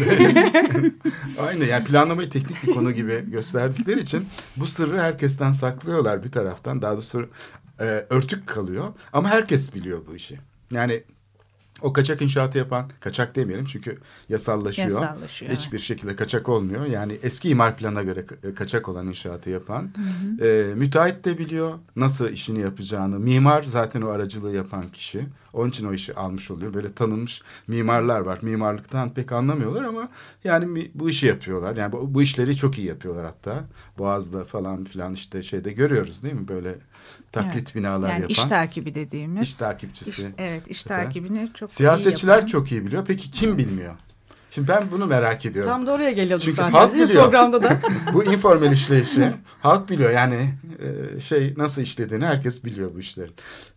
Aynı yani planlamayı teknik bir konu gibi gösterdikleri için bu sırrı herkesten saklıyorlar bir taraftan. Daha doğrusu örtük kalıyor ama herkes biliyor bu işi. Yani o kaçak inşaatı yapan, kaçak demeyelim çünkü yasallaşıyor. Hiçbir şekilde kaçak olmuyor. Yani eski imar planına göre kaçak olan inşaatı yapan. Müteahhit de biliyor nasıl işini yapacağını. Mimar zaten o aracılığı yapan kişi. Onun için o işi almış oluyor. Böyle tanınmış mimarlar var. Mimarlıktan pek anlamıyorlar ama yani bu işi yapıyorlar. Yani bu işleri çok iyi yapıyorlar hatta. Boğaz'da falan filan işte şeyde görüyoruz değil mi? Böyle taklit binalar yani yapan. İş takibi dediğimiz. İş takipçisi. İş takibini çok siyasetçiler iyi yapan. çok iyi biliyor. Peki kim bilmiyor? Şimdi ben bunu merak ediyorum. Tam da oraya geliyorduk çünkü zaten. halk biliyor. Programda da. Bu informal işleyişi halk biliyor. Yani nasıl işlediğini herkes biliyor bu işlerin.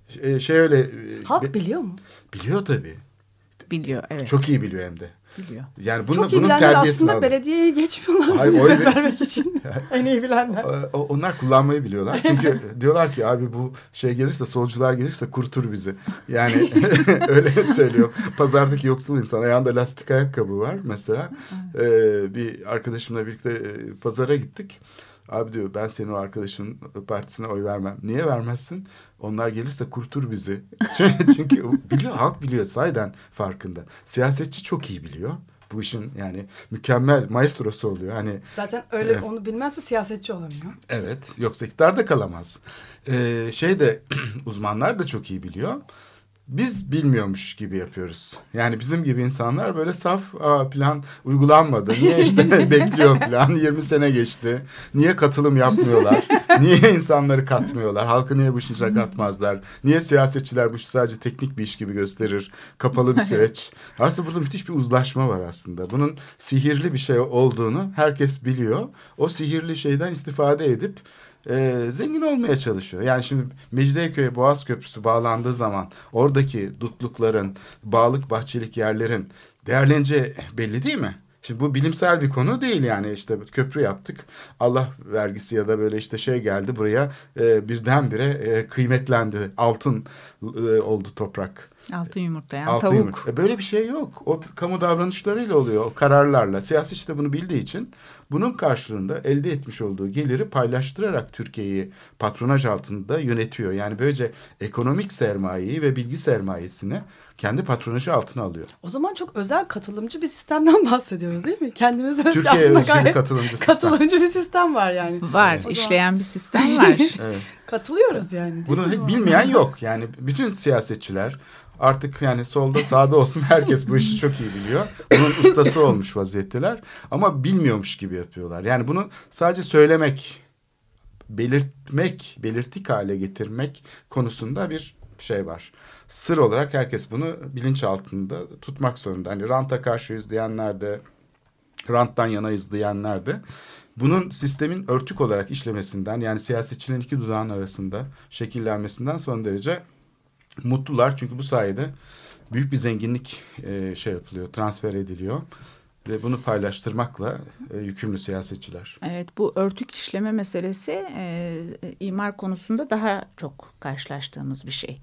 Halk biliyor mu? Biliyor tabii. Biliyor evet. Çok iyi biliyor hem de. Biliyor. Yani çok iyi bunun bilenler terbiyesini aslında alıyor. belediyeye geçmiyorlar. Hayır, hizmet vermek için. En iyi bilenler. Onlar kullanmayı biliyorlar. Çünkü diyorlar ki abi bu şey gelirse solcular gelirse kurutur bizi. Yani öyle söylüyor. Pazardaki yoksul insan ayağında lastik ayakkabı var mesela. Bir arkadaşımla birlikte pazara gittik. Abi diyor ben senin o arkadaşın partisine oy vermem. Niye vermezsin? Onlar gelirse kurtur bizi. Çünkü biliyor, halk biliyor sahiden farkında. Siyasetçi çok iyi biliyor. Bu işin yani mükemmel maestrosu oluyor. Hani zaten öyle onu bilmezse siyasetçi olamıyor. Evet, yoksa iktidarda kalamaz. Uzmanlar da çok iyi biliyor. Biz bilmiyormuş gibi yapıyoruz. Yani bizim gibi insanlar böyle saf plan uygulanmadı. Niye işte bekliyor plan 20 sene geçti. Niye katılım yapmıyorlar? Niye insanları katmıyorlar? Halkı niye bu işe katmazlar? Niye siyasetçiler bu işi sadece teknik bir iş gibi gösterir? Kapalı bir süreç. Aslında burada müthiş bir uzlaşma var aslında. Bunun sihirli bir şey olduğunu herkes biliyor. O sihirli şeyden istifade edip zengin olmaya çalışıyor. Yani şimdi Mecidiyeköy'e Boğaz Köprüsü bağlandığı zaman oradaki dutlukların, bağlık bahçelik yerlerin değerleneceği belli değil mi? Şimdi bu bilimsel bir konu değil yani işte köprü yaptık. Allah vergisi ya da böyle işte şey geldi buraya birdenbire kıymetlendi. Altın oldu toprak. Altın yumurtlayan Altın tavuk. Yumurta. Böyle bir şey yok. O kamu davranışlarıyla oluyor, o kararlarla. Siyasetçi de bunu bildiği için bunun karşılığında elde etmiş olduğu geliri paylaştırarak Türkiye'yi patronaj altında yönetiyor. Yani böylece ekonomik sermayeyi ve bilgi sermayesini kendi patronajı altına alıyor. O zaman çok özel katılımcı bir sistemden bahsediyoruz değil mi? Kendimize Türkiye'ye özgü bir katılımcı sistem. Katılımcı bir sistem var yani. Var, Evet. işleyen bir sistem var. Evet. Katılıyoruz yani. Bunu bilmeyen yok. Yani bütün siyasetçiler artık yani solda sağda olsun herkes bu işi çok iyi biliyor. Bunun ustası olmuş vaziyetteler ama bilmiyormuş gibi yapıyorlar. Yani bunu sadece söylemek, belirtmek, belirtik hale getirmek konusunda bir şey var. Sır olarak herkes bunu bilinç altında tutmak zorunda. Hani ranta karşıyız diyenler de, ranttan yanayız diyenler de bunun sistemin örtük olarak işlemesinden, yani siyasetçinin iki dudağın arasında şekillenmesinden son derece mutlular. Çünkü bu sayede büyük bir zenginlik şey yapılıyor, transfer ediliyor ve bunu paylaştırmakla yükümlü siyasetçiler. Evet, bu örtük işleme meselesi imar konusunda daha çok karşılaştığımız bir şey.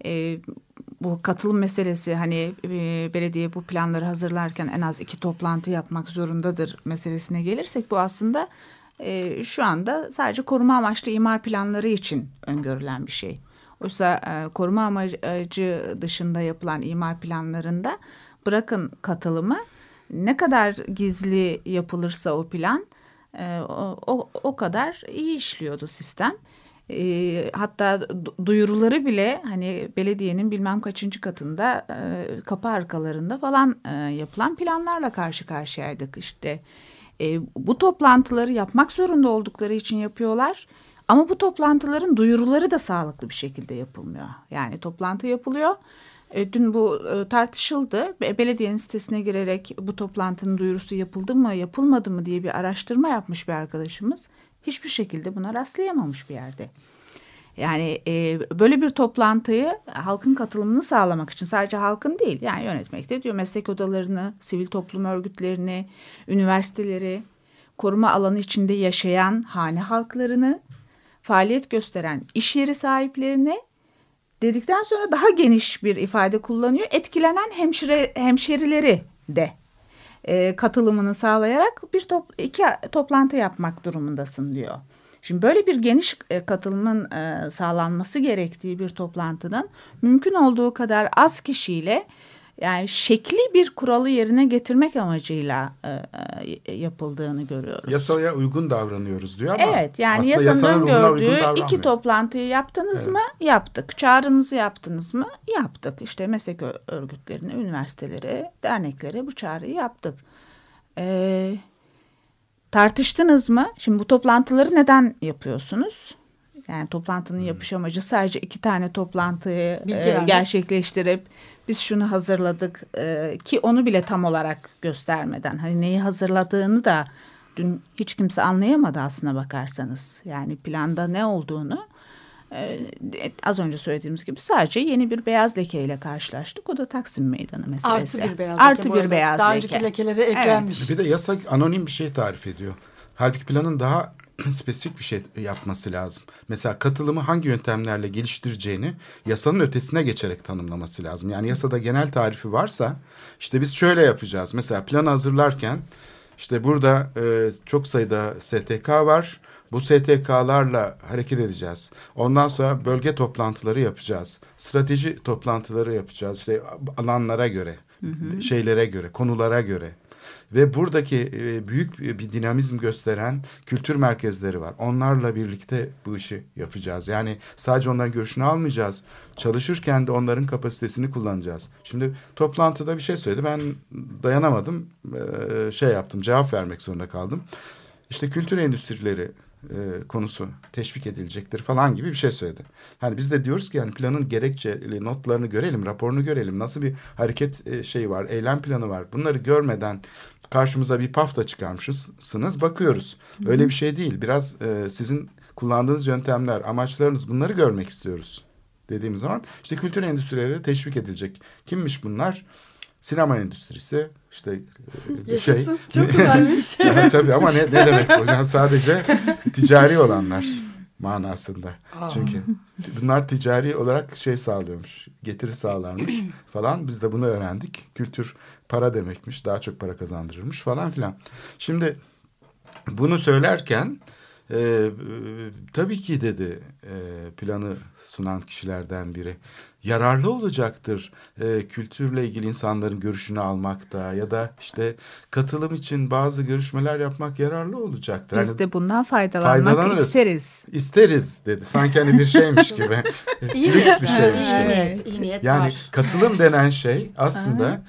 Bu katılım meselesi, hani belediye bu planları hazırlarken en az 2 toplantı yapmak zorundadır meselesine gelirsek, bu aslında şu anda sadece koruma amaçlı imar planları için öngörülen bir şey. Oysa koruma amacı dışında yapılan imar planlarında bırakın katılımı, ne kadar gizli yapılırsa o plan o kadar iyi işliyordu sistem. Hatta duyuruları bile hani belediyenin bilmem kaçıncı katında kapı arkalarında falan yapılan planlarla karşı karşıyaydık. İşte bu toplantıları yapmak zorunda oldukları için yapıyorlar. Ama bu toplantıların duyuruları da sağlıklı bir şekilde yapılmıyor. Yani toplantı yapılıyor. Dün bu tartışıldı. Belediyenin sitesine girerek bu toplantının duyurusu yapıldı mı, yapılmadı mı diye bir araştırma yapmış bir arkadaşımız. Hiçbir şekilde buna rastlayamamış bir yerde. Yani böyle bir toplantıyı halkın katılımını sağlamak için, sadece halkın değil, yani yönetmekte diyor meslek odalarını, sivil toplum örgütlerini, üniversiteleri, koruma alanı içinde yaşayan hane halklarını, faaliyet gösteren iş yeri sahiplerini dedikten sonra daha geniş bir ifade kullanıyor. Etkilenen hemşerileri de katılımını sağlayarak iki toplantı yapmak durumundasın diyor. Şimdi böyle bir geniş katılımın sağlanması gerektiği bir toplantının mümkün olduğu kadar az kişiyle, yani şekli bir kuralı yerine getirmek amacıyla yapıldığını görüyoruz. Yasaya uygun davranıyoruz diyor ama evet, yani yasanın öngördüğü 2 toplantıyı yaptınız mı? Yaptık. Çağrınızı yaptınız mı? Yaptık. İşte meslek örgütlerine, üniversitelere, derneklere bu çağrıyı yaptık. Tartıştınız mı? Şimdi bu toplantıları neden yapıyorsunuz? Yani toplantının yapış amacı sadece 2 tane toplantıyı gerçekleştirip biz şunu hazırladık ki onu bile tam olarak göstermeden, hani neyi hazırladığını da dün hiç kimse anlayamadı aslına bakarsanız. Yani planda ne olduğunu az önce söylediğimiz gibi sadece yeni bir beyaz lekeyle karşılaştık. O da Taksim Meydanı meselesi. Artı bir beyaz leke. Beyaz daha leke. önceki lekelere eklenmiş. Evet. Bir de yasa anonim bir şey tarif ediyor. Halbuki planın daha spesifik bir şey yapması lazım. Mesela katılımı hangi yöntemlerle geliştireceğini yasanın ötesine geçerek tanımlaması lazım. Yani yasada genel tarifi varsa işte biz şöyle yapacağız. Mesela planı hazırlarken işte burada çok sayıda STK var. Bu STK'larla hareket edeceğiz. Ondan sonra bölge toplantıları yapacağız. Strateji toplantıları yapacağız. İşte alanlara göre, şeylere göre, konulara göre. Ve buradaki büyük bir dinamizm gösteren kültür merkezleri var. Onlarla birlikte bu işi yapacağız. Yani sadece onların görüşünü almayacağız. Çalışırken de onların kapasitesini kullanacağız. Şimdi toplantıda bir şey söyledi. Ben dayanamadım. Şey yaptım, cevap vermek zorunda kaldım. İşte kültür endüstrileri konusu teşvik edilecektir falan gibi bir şey söyledi. Hani biz de diyoruz ki yani planın gerekçeli notlarını görelim, raporunu görelim. Nasıl bir hareket şeyi var, eylem planı var. Bunları görmeden karşımıza bir pafta çıkarmışsınız, bakıyoruz. Öyle bir şey değil. Biraz sizin kullandığınız yöntemler, amaçlarınız, bunları görmek istiyoruz dediğimiz zaman işte kültür endüstrileri teşvik edilecek. Kimmiş bunlar? Sinema endüstrisi, işte Yaşasın, şey. Çok güzelmiş. Yani, tabii ama ne demek bu? Yani sadece ticari olanlar manasında. Çünkü bunlar ticari olarak şey sağlıyormuş, getiri sağlarmış falan. Biz de bunu öğrendik. Kültür para demekmiş, daha çok para kazandırırmış falan filan. Şimdi bunu söylerken tabii ki dedi planı sunan kişilerden biri. yararlı olacaktır. Kültürle ilgili insanların görüşünü almakta ya da işte katılım için bazı görüşmeler yapmak yararlı olacaktır. Biz hani de bundan faydalanmak isteriz. İsteriz dedi. Sanki hani bir şeymiş gibi. Lüks bir şeymiş gibi. İyi niyet Yani var. katılım denen şey aslında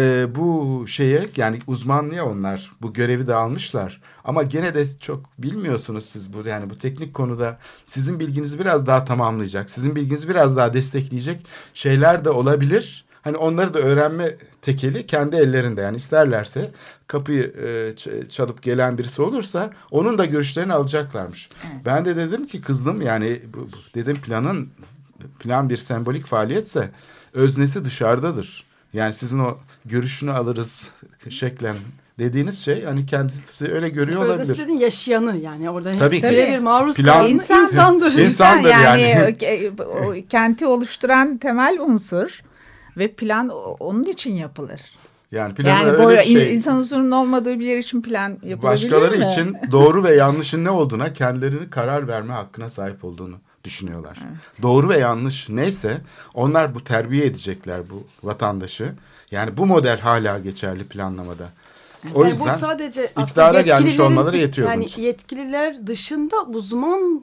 bu şeye, yani uzmanlığa onlar bu görevi de almışlar. Ama gene de çok bilmiyorsunuz siz bu, yani bu teknik konuda sizin bilginizi biraz daha tamamlayacak, sizin bilginizi biraz daha destekleyecek şeyler de olabilir. Hani onları da öğrenme tekeli kendi ellerinde, yani isterlerse kapıyı çalıp gelen birisi olursa onun da görüşlerini alacaklarmış. Evet. Ben de dedim ki kızdım, yani dedim plan bir sembolik faaliyetse öznesi dışarıdadır. Yani sizin o görüşünü alırız şeklen dediğiniz şey hani kendisi öyle görüyor olabilir. Öznesi dediğin yaşayanı, yani orada tabii bir maruz plan, kalan insandır. İnsandır yani. O kenti oluşturan temel unsur ve plan onun için yapılır. Yani planı yani öyle bir şey. İnsan unsurunun olmadığı bir yer için plan yapılabilir başkaları mi? için doğru ve yanlışın ne olduğuna kendilerini karar verme hakkına sahip olduğunu düşünüyorlar. Evet. Doğru ve yanlış neyse onlar bu terbiye edecekler bu vatandaşı. Yani bu model hala geçerli planlamada. O yüzden yani bu sadece iktidara gelmiş olmaları yetiyor. Yani yetkililer dışında uzman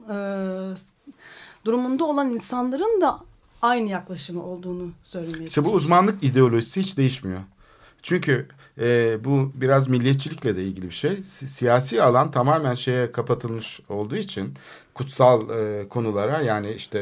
durumunda olan insanların da aynı yaklaşımı olduğunu söylemeye İşte bu uzmanlık ideolojisi hiç değişmiyor. Çünkü bu biraz milliyetçilikle de ilgili bir şey. Siyasi alan tamamen şeye kapatılmış olduğu için kutsal konulara, yani işte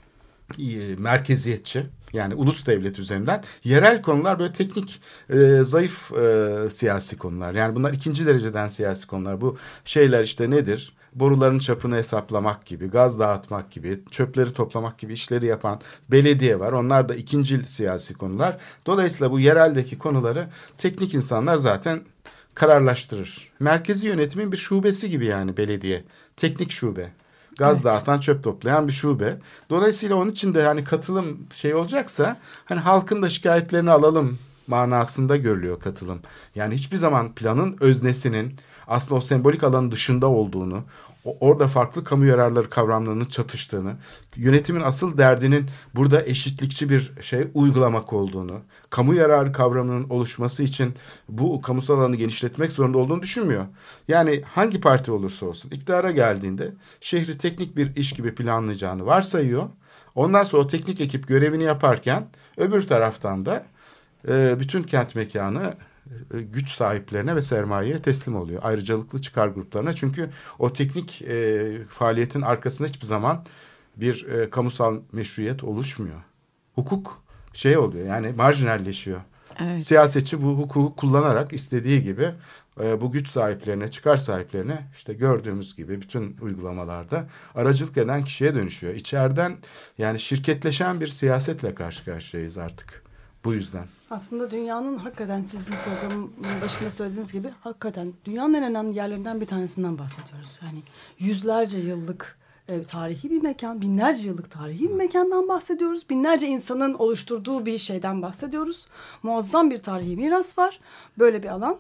merkeziyetçi, yani ulus devlet üzerinden, yerel konular böyle teknik zayıf siyasi konular. Yani bunlar ikinci dereceden siyasi konular. Bu şeyler işte nedir? Boruların çapını hesaplamak gibi, gaz dağıtmak gibi, çöpleri toplamak gibi işleri yapan belediye var. Onlar da ikincil siyasi konular. Dolayısıyla bu yereldeki konuları teknik insanlar zaten kararlaştırır. Merkezi yönetimin bir şubesi gibi yani belediye. Teknik şube. Gaz dağıtan, çöp toplayan bir şube. Dolayısıyla onun için de hani katılım şey olacaksa hani halkın da şikayetlerini alalım manasında görülüyor katılım. Yani hiçbir zaman planın öznesinin aslında o sembolik alanın dışında olduğunu, orada farklı kamu yararları kavramlarının çatıştığını, yönetimin asıl derdinin burada eşitlikçi bir şey uygulamak olduğunu, kamu yararı kavramının oluşması için bu kamusal alanı genişletmek zorunda olduğunu düşünmüyor. Yani hangi parti olursa olsun iktidara geldiğinde şehri teknik bir iş gibi planlayacağını varsayıyor. Ondan sonra o teknik ekip görevini yaparken öbür taraftan da bütün kent mekanı güç sahiplerine ve sermayeye teslim oluyor. Ayrıcalıklı çıkar gruplarına. Çünkü o teknik faaliyetin arkasında hiçbir zaman bir kamusal meşruiyet oluşmuyor. Hukuk şey oluyor, yani marjinalleşiyor. Evet. Siyasetçi bu hukuku kullanarak istediği gibi bu güç sahiplerine, çıkar sahiplerine işte gördüğümüz gibi bütün uygulamalarda aracılık eden kişiye dönüşüyor. İçeriden yani şirketleşen bir siyasetle karşı karşıyayız artık. Bu yüzden. Aslında dünyanın hakikaten sizin programın başında söylediğiniz gibi hakikaten dünyanın en önemli yerlerinden bir tanesinden bahsediyoruz. Yani yüzlerce yıllık tarihi bir mekan, binlerce yıllık tarihi bir mekandan bahsediyoruz. Binlerce insanın oluşturduğu bir şeyden bahsediyoruz. Muazzam bir tarihi miras var. Böyle bir alan.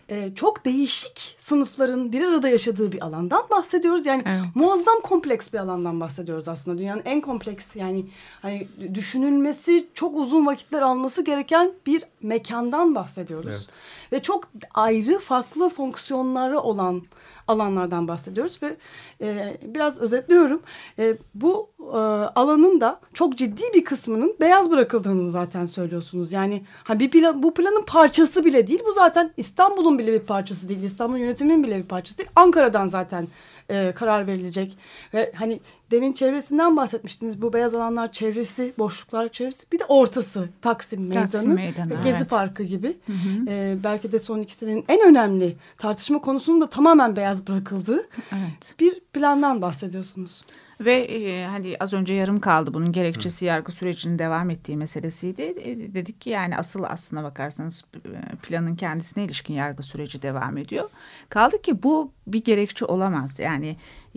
Çok değişik sınıfların bir arada yaşadığı bir alandan bahsediyoruz. Yani muazzam kompleks bir alandan bahsediyoruz aslında. Dünyanın en kompleks, yani hani düşünülmesi çok uzun vakitler alması gereken bir mekandan bahsediyoruz. Evet. Ve çok ayrı farklı fonksiyonları olan alanlardan bahsediyoruz ve biraz özetliyorum. Bu alanın da çok ciddi bir kısmının beyaz bırakıldığını zaten söylüyorsunuz. Yani hani bu planın parçası bile değil. Bu zaten İstanbul'un bile bir parçası değil. İstanbul yönetiminin bile bir parçası değil. Ankara'dan zaten karar verilecek. Ve hani demin çevresinden bahsetmiştiniz. Bu beyaz alanlar çevresi, boşluklar çevresi. Bir de ortası Taksim Meydanı, Gezi Parkı gibi. Hı hı. Belki de son 2 senenin en önemli tartışma konusunun da tamamen beyaz bırakıldığı bir plandan bahsediyorsunuz. Ve hani az önce yarım kaldı, bunun gerekçesi yargı sürecinin devam ettiği meselesiydi. Dedik ki yani aslına bakarsanız planın kendisine ilişkin yargı süreci devam ediyor. Kaldı ki bu bir gerekçe olamaz. Yani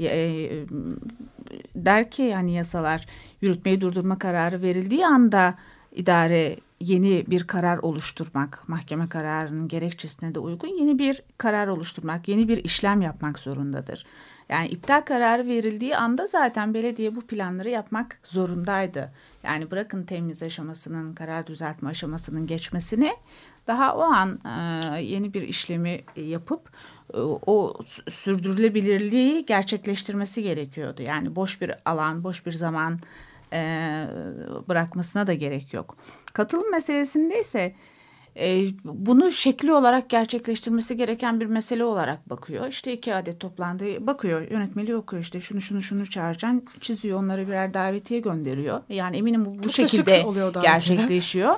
der ki yani yasalar, yürütmeyi durdurma kararı verildiği anda idare yeni bir karar oluşturmak, mahkeme kararının gerekçesine de uygun yeni bir karar oluşturmak, yeni bir işlem yapmak zorundadır. Yani iptal kararı verildiği anda zaten belediye bu planları yapmak zorundaydı. Yani bırakın temiz aşamasının, karar düzeltme aşamasının geçmesini, daha o an yeni bir işlemi yapıp o sürdürülebilirliği gerçekleştirmesi gerekiyordu. Yani boş bir alan, boş bir zaman bırakmasına da gerek yok. Katılım meselesinde ise bunu şekli olarak gerçekleştirmesi gereken bir mesele olarak bakıyor. İşte 2 adet toplantı bakıyor, yönetmeliği okuyor, işte şunu çağıracaksın, çiziyor, onlara birer davetiye gönderiyor. Yani eminim bu şekilde gerçekleşiyor.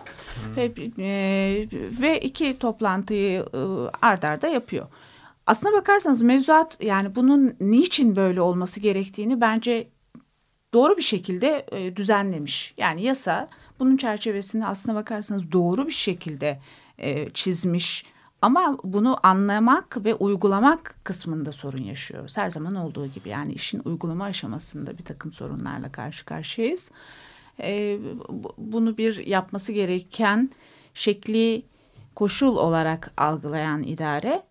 Ve 2 toplantıyı ard arda yapıyor. Aslına bakarsanız mevzuat, yani bunun niçin böyle olması gerektiğini bence doğru bir şekilde düzenlemiş. Yani yasa bunun çerçevesini aslına bakarsanız doğru bir şekilde çizmiş. Ama bunu anlamak ve uygulamak kısmında sorun yaşıyoruz. Her zaman olduğu gibi, yani işin uygulama aşamasında bir takım sorunlarla karşı karşıyayız. Bunu bir yapması gereken şekli koşul olarak algılayan idare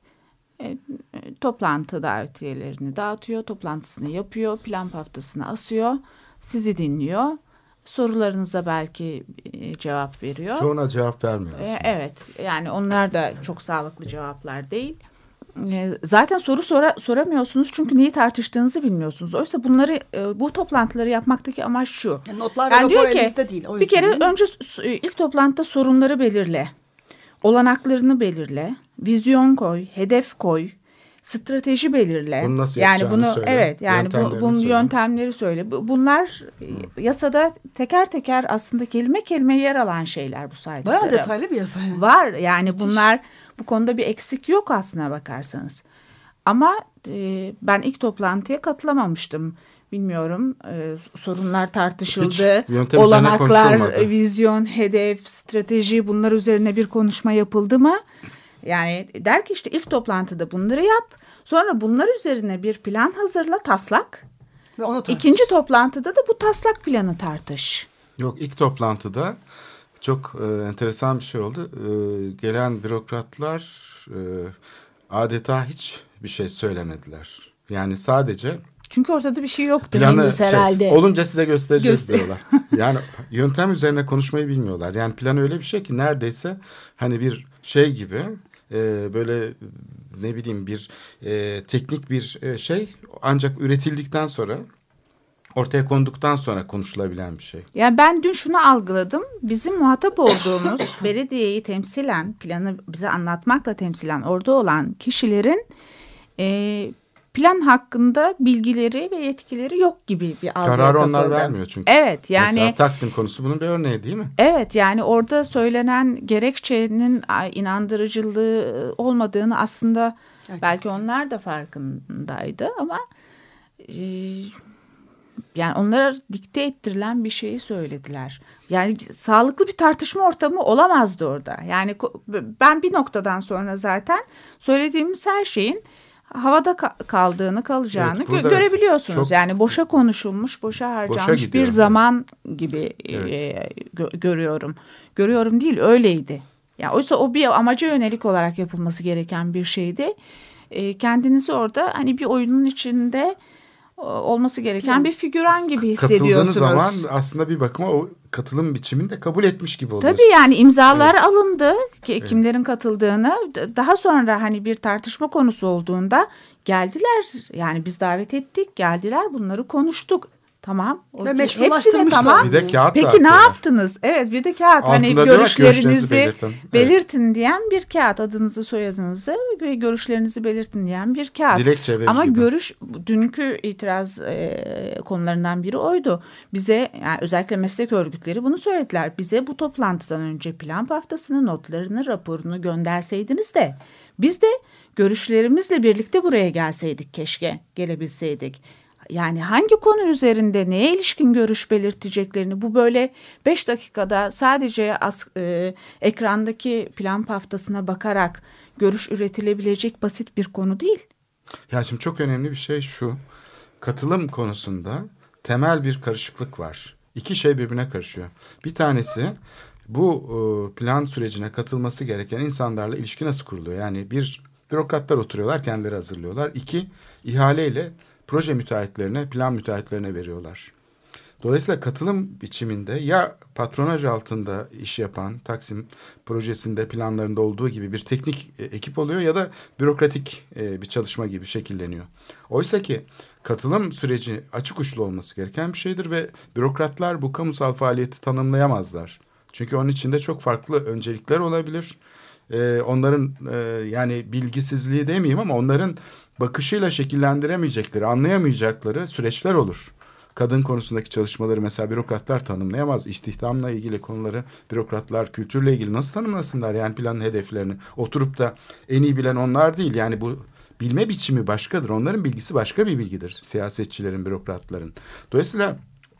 toplantı davetiyelerini dağıtıyor, toplantısını yapıyor, plan haftasına asıyor, sizi dinliyor. Sorularınıza belki cevap veriyor. Çoğuna cevap vermiyor aslında. Evet, yani onlar da çok sağlıklı cevaplar değil. Zaten soru soramıyorsunuz çünkü neyi tartıştığınızı bilmiyorsunuz. Oysa bunları, bu toplantıları yapmaktaki amaç şu. Yani notlar yani ve rapor elinizde değil. Bir kere önce ilk toplantıda sorunları belirle. Olanaklarını belirle. Vizyon koy, hedef koy. Strateji belirle. Bunu nasıl yani bunu söyle. Evet, yani bunun söyle. yöntemleri söyle. Bunlar yasada teker teker aslında kelime kelime yer alan şeyler bu saydıkları. Bayağı detaylı bir yasa. Var yani bunlar, bu konuda bir eksik yok aslına bakarsanız. Ama ben ilk toplantıya katılamamıştım. Bilmiyorum, sorunlar tartışıldı. Olanaklar, vizyon, hedef, strateji, bunlar üzerine bir konuşma yapıldı mı? Yani der ki işte ilk toplantıda bunları yap. Sonra bunlar üzerine bir plan hazırla, taslak. Ve onu tartış. İkinci toplantıda da bu taslak planı tartış. Yok, ilk toplantıda çok enteresan bir şey oldu. Gelen bürokratlar adeta hiç bir şey söylemediler. Yani sadece... Çünkü ortada bir şey yoktu henüz herhalde. Olunca size göstereceğiz diyorlar. Yani yöntem üzerine konuşmayı bilmiyorlar. Yani plan öyle bir şey ki neredeyse hani bir şey gibi böyle ne bileyim bir teknik bir şey ancak üretildikten sonra, ortaya konduktan sonra konuşulabilen bir şey. Yani ben dün şunu algıladım. Bizim muhatap olduğumuz belediyeyi temsilen, planı bize anlatmakla temsilen orada olan kişilerin plan hakkında bilgileri ve yetkileri yok gibi bir algıya Kararı kapıldı. onlar vermiyor çünkü. Evet, yani mesela Taksim konusu bunun bir örneği değil mi? Evet, yani orada söylenen gerekçenin inandırıcılığı olmadığını aslında belki onlar da farkındaydı ama yani onlara dikte ettirilen bir şeyi söylediler. Yani sağlıklı bir tartışma ortamı olamazdı orada. Yani ben bir noktadan sonra zaten söylediğimiz her şeyin havada kalacağını görebiliyorsunuz. Çok, yani boşa konuşulmuş, boşa harcanmış bir zaman gibi görüyorum. Görüyorum değil, öyleydi. Yani oysa o bir amaca yönelik olarak yapılması gereken bir şeydi. Kendinizi orada hani bir oyunun içinde olması gereken bir figüran gibi hissediyorsunuz. Katıldığınız zaman aslında bir bakıma o katılım biçimini de kabul etmiş gibi oluyorsunuz. Tabii, yani imzalar alındı. Kimlerin katıldığını. Daha sonra hani bir tartışma konusu olduğunda geldiler. Yani biz davet ettik, geldiler, bunları konuştuk. Tamam. Ve meşrulaştırmış tamam. Bir de kağıt Peki dağıtıyorlar. ne yaptınız? Evet, bir de kağıt. Altında hani görüşlerinizi belirtin diyen bir kağıt. Adınızı, soyadınızı ve görüşlerinizi belirtin diyen bir kağıt. Dilekçe ama gibi. Dünkü itiraz konularından biri oydu. Bize, yani özellikle meslek örgütleri bunu söylediler. Bize bu toplantıdan önce plan haftasını, notlarını, raporunu gönderseydiniz de biz de görüşlerimizle birlikte buraya gelseydik, keşke gelebilseydik. Yani hangi konu üzerinde neye ilişkin görüş belirteceklerini, bu böyle 5 dakikada sadece ekrandaki plan haftasına bakarak görüş üretilebilecek basit bir konu değil. Ya şimdi çok önemli bir şey şu. Katılım konusunda temel bir karışıklık var. İki şey birbirine karışıyor. Bir tanesi bu plan sürecine katılması gereken insanlarla ilişki nasıl kuruluyor? Yani bir, bürokratlar oturuyorlar, kendileri hazırlıyorlar. İki, ihaleyle proje müteahhitlerine, plan müteahhitlerine veriyorlar. Dolayısıyla katılım biçiminde ya patronaj altında iş yapan Taksim projesinde planlarında olduğu gibi bir teknik ekip oluyor ya da bürokratik bir çalışma gibi şekilleniyor. Oysa ki katılım süreci açık uçlu olması gereken bir şeydir ve bürokratlar bu kamusal faaliyeti tanımlayamazlar. Çünkü onun içinde çok farklı öncelikler olabilir. Onların yani bilgisizliği demeyeyim ama onların bakışıyla şekillendiremeyecekleri, anlayamayacakları süreçler olur. Kadın konusundaki çalışmaları mesela bürokratlar tanımlayamaz. İstihdamla ilgili konuları bürokratlar kültürle ilgili nasıl tanımlasınlar? Yani planın hedeflerini oturup da en iyi bilen onlar değil. Yani bu bilme biçimi başkadır. Onların bilgisi başka bir bilgidir. Siyasetçilerin, bürokratların. Dolayısıyla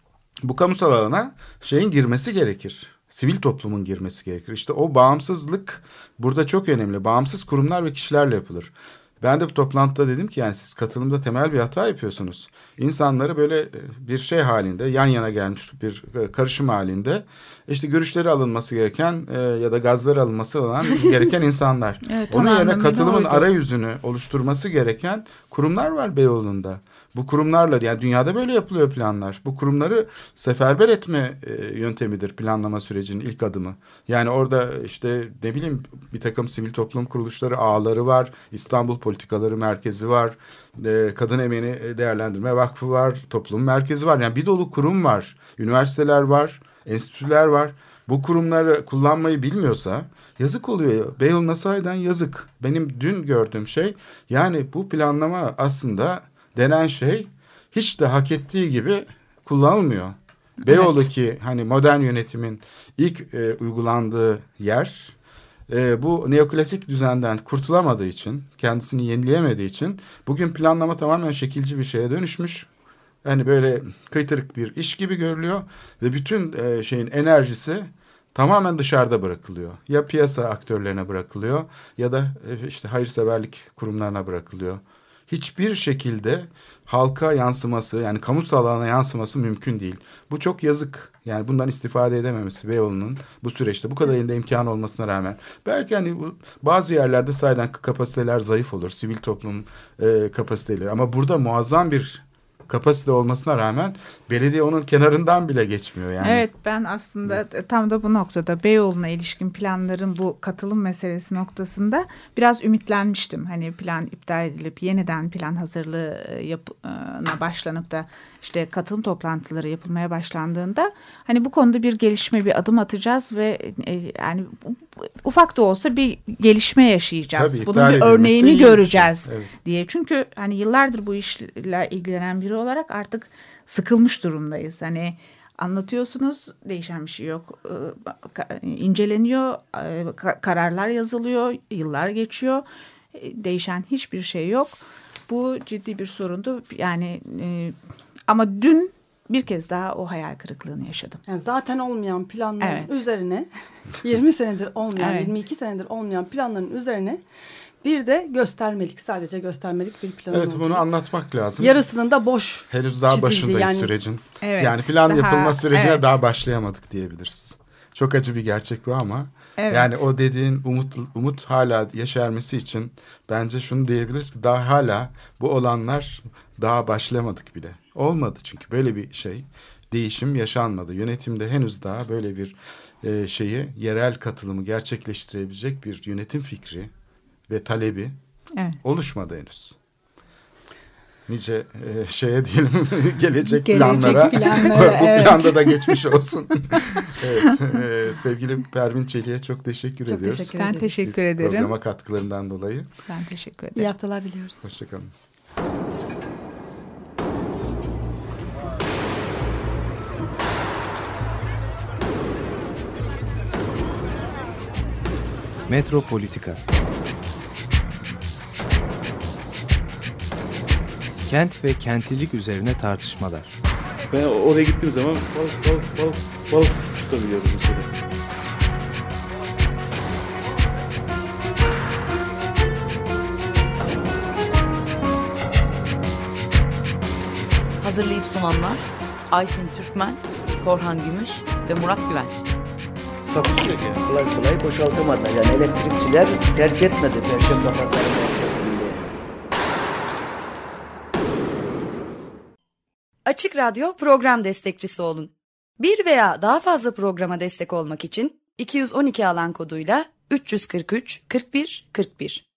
bu kamusal alana şeyin girmesi gerekir. Sivil toplumun girmesi gerekir. İşte o bağımsızlık burada çok önemli. Bağımsız kurumlar ve kişilerle yapılır. Ben de bu toplantıda dedim ki yani siz katılımda temel bir hata yapıyorsunuz. İnsanları böyle bir şey halinde yan yana gelmiş bir karışım halinde işte görüşleri alınması gereken ya da gazları alınması gereken insanlar. Evet, onun yerine anlamıyla katılımın oydu. arayüzünü oluşturması gereken kurumlar var Beyoğlu'nda. Bu kurumlarla yani dünyada böyle yapılıyor planlar. Bu kurumları seferber etme yöntemidir planlama sürecinin ilk adımı. Yani orada işte ne bileyim bir takım sivil toplum kuruluşları ağları var. İstanbul Politikaları Merkezi var. Kadın Emeğini Değerlendirme Vakfı var. Toplum Merkezi var. Yani bir dolu kurum var. Üniversiteler var. Enstitüler var. Bu kurumları kullanmayı bilmiyorsa yazık oluyor. Beyoğlu'na sahiden yazık. Benim dün gördüğüm şey yani bu planlama aslında denen şey hiç de hak ettiği gibi kullanılmıyor. Evet. Beyoğlu ki hani modern yönetimin ilk uygulandığı yer bu neoklasik düzenden kurtulamadığı için, kendisini yenileyemediği için bugün planlama tamamen şekilci bir şeye dönüşmüş. Yani böyle kıytırık bir iş gibi görülüyor ve bütün şeyin enerjisi tamamen dışarıda bırakılıyor. Ya piyasa aktörlerine bırakılıyor ya da işte hayırseverlik kurumlarına bırakılıyor. Hiçbir şekilde halka yansıması yani kamusal alana yansıması mümkün değil. Bu çok yazık. Yani bundan istifade edememesi Beyoğlu'nun bu süreçte bu kadar elinde imkan olmasına rağmen. Belki hani bazı yerlerde sahiden kapasiteler zayıf olur. Sivil toplum kapasiteleri ama burada muazzam bir kapasite olmasına rağmen belediye onun kenarından bile geçmiyor yani. Evet ben aslında tam da bu noktada Beyoğlu'na ilişkin planların bu katılım meselesi noktasında biraz ümitlenmiştim. Hani plan iptal edilip yeniden plan hazırlığına başlanıp da işte katılım toplantıları yapılmaya başlandığında hani bu konuda bir gelişme bir adım atacağız ve yani ufak da olsa bir gelişme yaşayacağız. Tabii, bunun bir örneğini göreceğiz evet. diye. Çünkü hani yıllardır bu işle ilgilenen biri olarak artık sıkılmış durumdayız. Hani anlatıyorsunuz değişen bir şey yok. İnceleniyor, kararlar yazılıyor, yıllar geçiyor. Değişen hiçbir şey yok. Bu ciddi bir sorundu. Yani ama dün bir kez daha o hayal kırıklığını yaşadım. Yani zaten olmayan planların üzerine 20 senedir olmayan, 22 senedir olmayan planların üzerine bir de göstermelik, sadece göstermelik bir plan Evet, oldu. bunu anlatmak lazım. Yarısının da boş henüz daha çizildi başındayız yani. sürecin. Evet, yani plan yapılma sürecine daha evet. başlayamadık diyebiliriz. Çok acı bir gerçek bu ama Evet. yani o dediğin umut hala yeşermesi için bence şunu diyebiliriz ki daha hala bu olanlar daha başlamadık bile. Olmadı çünkü böyle bir şey değişim yaşanmadı. Yönetimde henüz daha böyle bir şeyi yerel katılımı gerçekleştirebilecek bir yönetim fikri ve talebi oluşmadı henüz. Nice şeye diyelim gelecek planlara bu planda da geçmiş olsun. Evet, sevgili Pervin Çelik'e çok teşekkür ediyoruz. Ben teşekkür ederim. Programa katkılarından dolayı. Ben teşekkür ederim. İyi haftalar diliyoruz. Hoşçakalın. Metropolitika. Kent ve kentlilik üzerine tartışmalar. Ben oraya gittiğim zaman balık tutabiliyordum mesela. Hazırlayıp sunanlar Aysin Türkmen, Korhan Gümüş ve Murat Güvenç. Takusu yok yani. Kolay kolay boşaltamadılar. Yani elektrikçiler terk etmedi Perşembe Pazarı. Açık Radyo program destekçisi olun. Bir veya daha fazla programa destek olmak için 212 alan koduyla 343 41 41